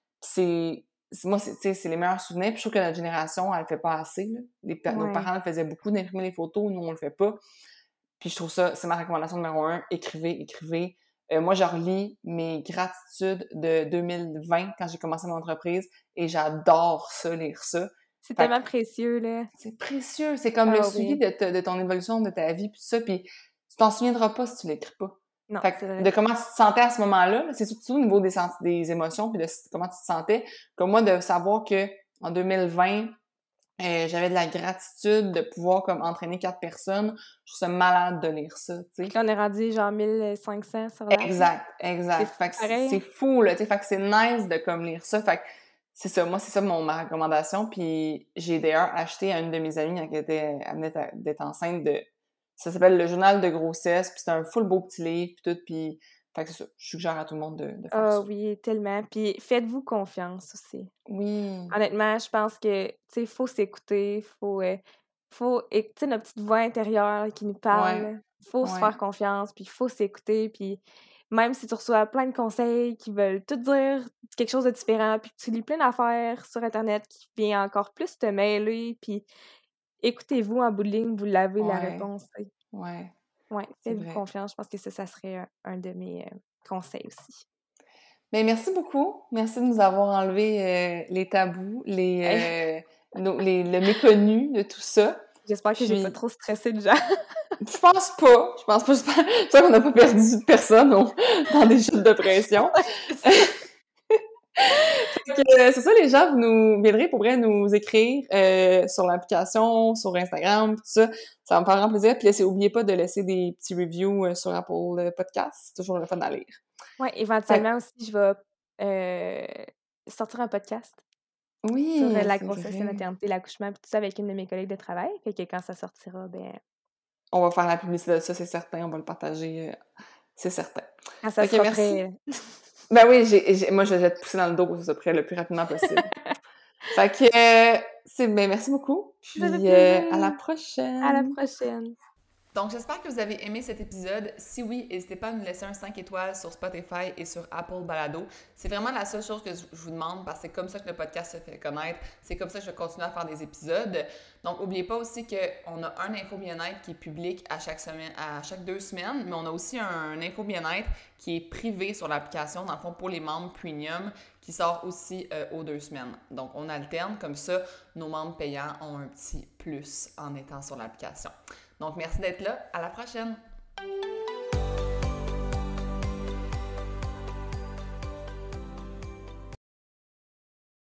C'est, c'est moi, c'est, tu sais, c'est les meilleurs souvenirs. Puis je trouve que notre génération, elle le fait pas assez, là. Les, nos Ouais. parents le faisaient beaucoup d'imprimer les photos, nous, on le fait pas. Puis je trouve ça, c'est ma recommandation numéro un. Écrivez, écrivez. Euh, moi, je relis mes gratitudes de deux mille vingt quand j'ai commencé mon entreprise et j'adore ça, lire ça. C'est Fait que tellement précieux, là. c'est précieux. C'est comme le Ah suivi oui. de, te- de ton évolution, de ta vie, puis tout ça. Puis tu t'en souviendras pas si tu l'écris pas. Non, Fait c'est que vrai. de comment tu te sentais à ce moment-là, là, c'est surtout au niveau des, senti- des émotions puis de s- comment tu te sentais. Comme moi, de savoir que en deux mille vingt, euh, j'avais de la gratitude de pouvoir comme entraîner quatre personnes. Je trouve ça malade de lire ça, tu Puis sais. là, on est rendu genre mille cinq cents sur l'app, là. Exact, C'est exact. fou Fait que c'est pareil, c'est hein? fou, là, tu sais. Fait que c'est nice de comme lire ça. Fait que c'est ça. Moi, c'est ça mon, ma recommandation. Puis j'ai d'ailleurs acheté à une de mes amies quand elle était, elle venait d'être d'être enceinte de, ça s'appelle le journal de grossesse. Puis c'est un full beau petit livre puis tout. Puis fait que c'est ça. Je suggère à tout le monde de, de faire Ah ça. oui, tellement. Puis faites-vous confiance aussi. Oui, Honnêtement, je pense que, tu sais, faut s'écouter, faut, heu, faut éc tu sais, notre petite voix intérieure qui nous parle, ouais, là, faut se ouais, faire confiance, puis faut s'écouter, puis même si tu reçois plein de conseils qui veulent tout dire quelque chose de différent, puis que tu lis plein d'affaires sur internet qui vient encore plus te mêler, puis écoutez-vous, en bout de ligne, vous l'avez la ouais, réponse, tu sais. ouais. Ouais, C'est faites-vous vrai. confiance, je pense que ça, ça serait un un de mes, heu, conseils aussi. Mais merci beaucoup. Merci de nous avoir enlevé euh, les tabous, les, euh, nos- les, le méconnu de tout ça. J'espère que j'ai pas Puis, trop stressé de gens. je pense pas. Je pense pas. J'espère j'espère qu'on n'a pas perdu de personne au- dans des chutes de pression. Ouais, c'est ça. Fait que, euh, c'est ça, les gens, vous nous viendrez pour vrai nous écrire euh, sur l'application, sur Instagram, tout ça. Ça va me faire grand plaisir. Puis laissez, oubliez pas de laisser des petits reviews euh, sur Apple Podcast. C'est toujours le fun à lire. Ouais, Fait que, éventuellement aussi, je vais, heu, sortir un podcast sur, heu, oui, la c'est grossesse, la vrai. maternité, l'accouchement, puis tout ça avec une de mes collègues de travail. Fait que quand ça sortira, ben, On va faire la publicité de ça, c'est certain. On va le partager, euh, c'est certain. quand ça Fait que sera merci. prêt, Ben oui, j'ai, j'ai- moi, je vais te pousser dans le dos pour que ce soit prêt le plus rapidement possible. Fait que, euh, c'est, ben, merci beaucoup. Ça fait Puis, euh, à la plaisir. À la prochaine! prochaine. Donc, j'espère que vous avez aimé cet épisode. Si oui, n'hésitez pas à nous laisser un cinq étoiles sur Spotify et sur Apple Balado. C'est vraiment la seule chose que je vous demande parce que c'est comme ça que le podcast se fait connaître. C'est comme ça que je vais continuer à faire des épisodes. Donc, n'oubliez pas aussi qu'on a un info bien-être qui est public à chaque semaine, à chaque deux semaines, mais on a aussi un info bien-être qui est privé sur l'application, dans le fond, pour les membres premium, qui sort aussi euh, aux deux semaines. Donc, on alterne. Comme ça, nos membres payants ont un petit plus en étant sur l'application. Donc, merci d'être là. À la prochaine!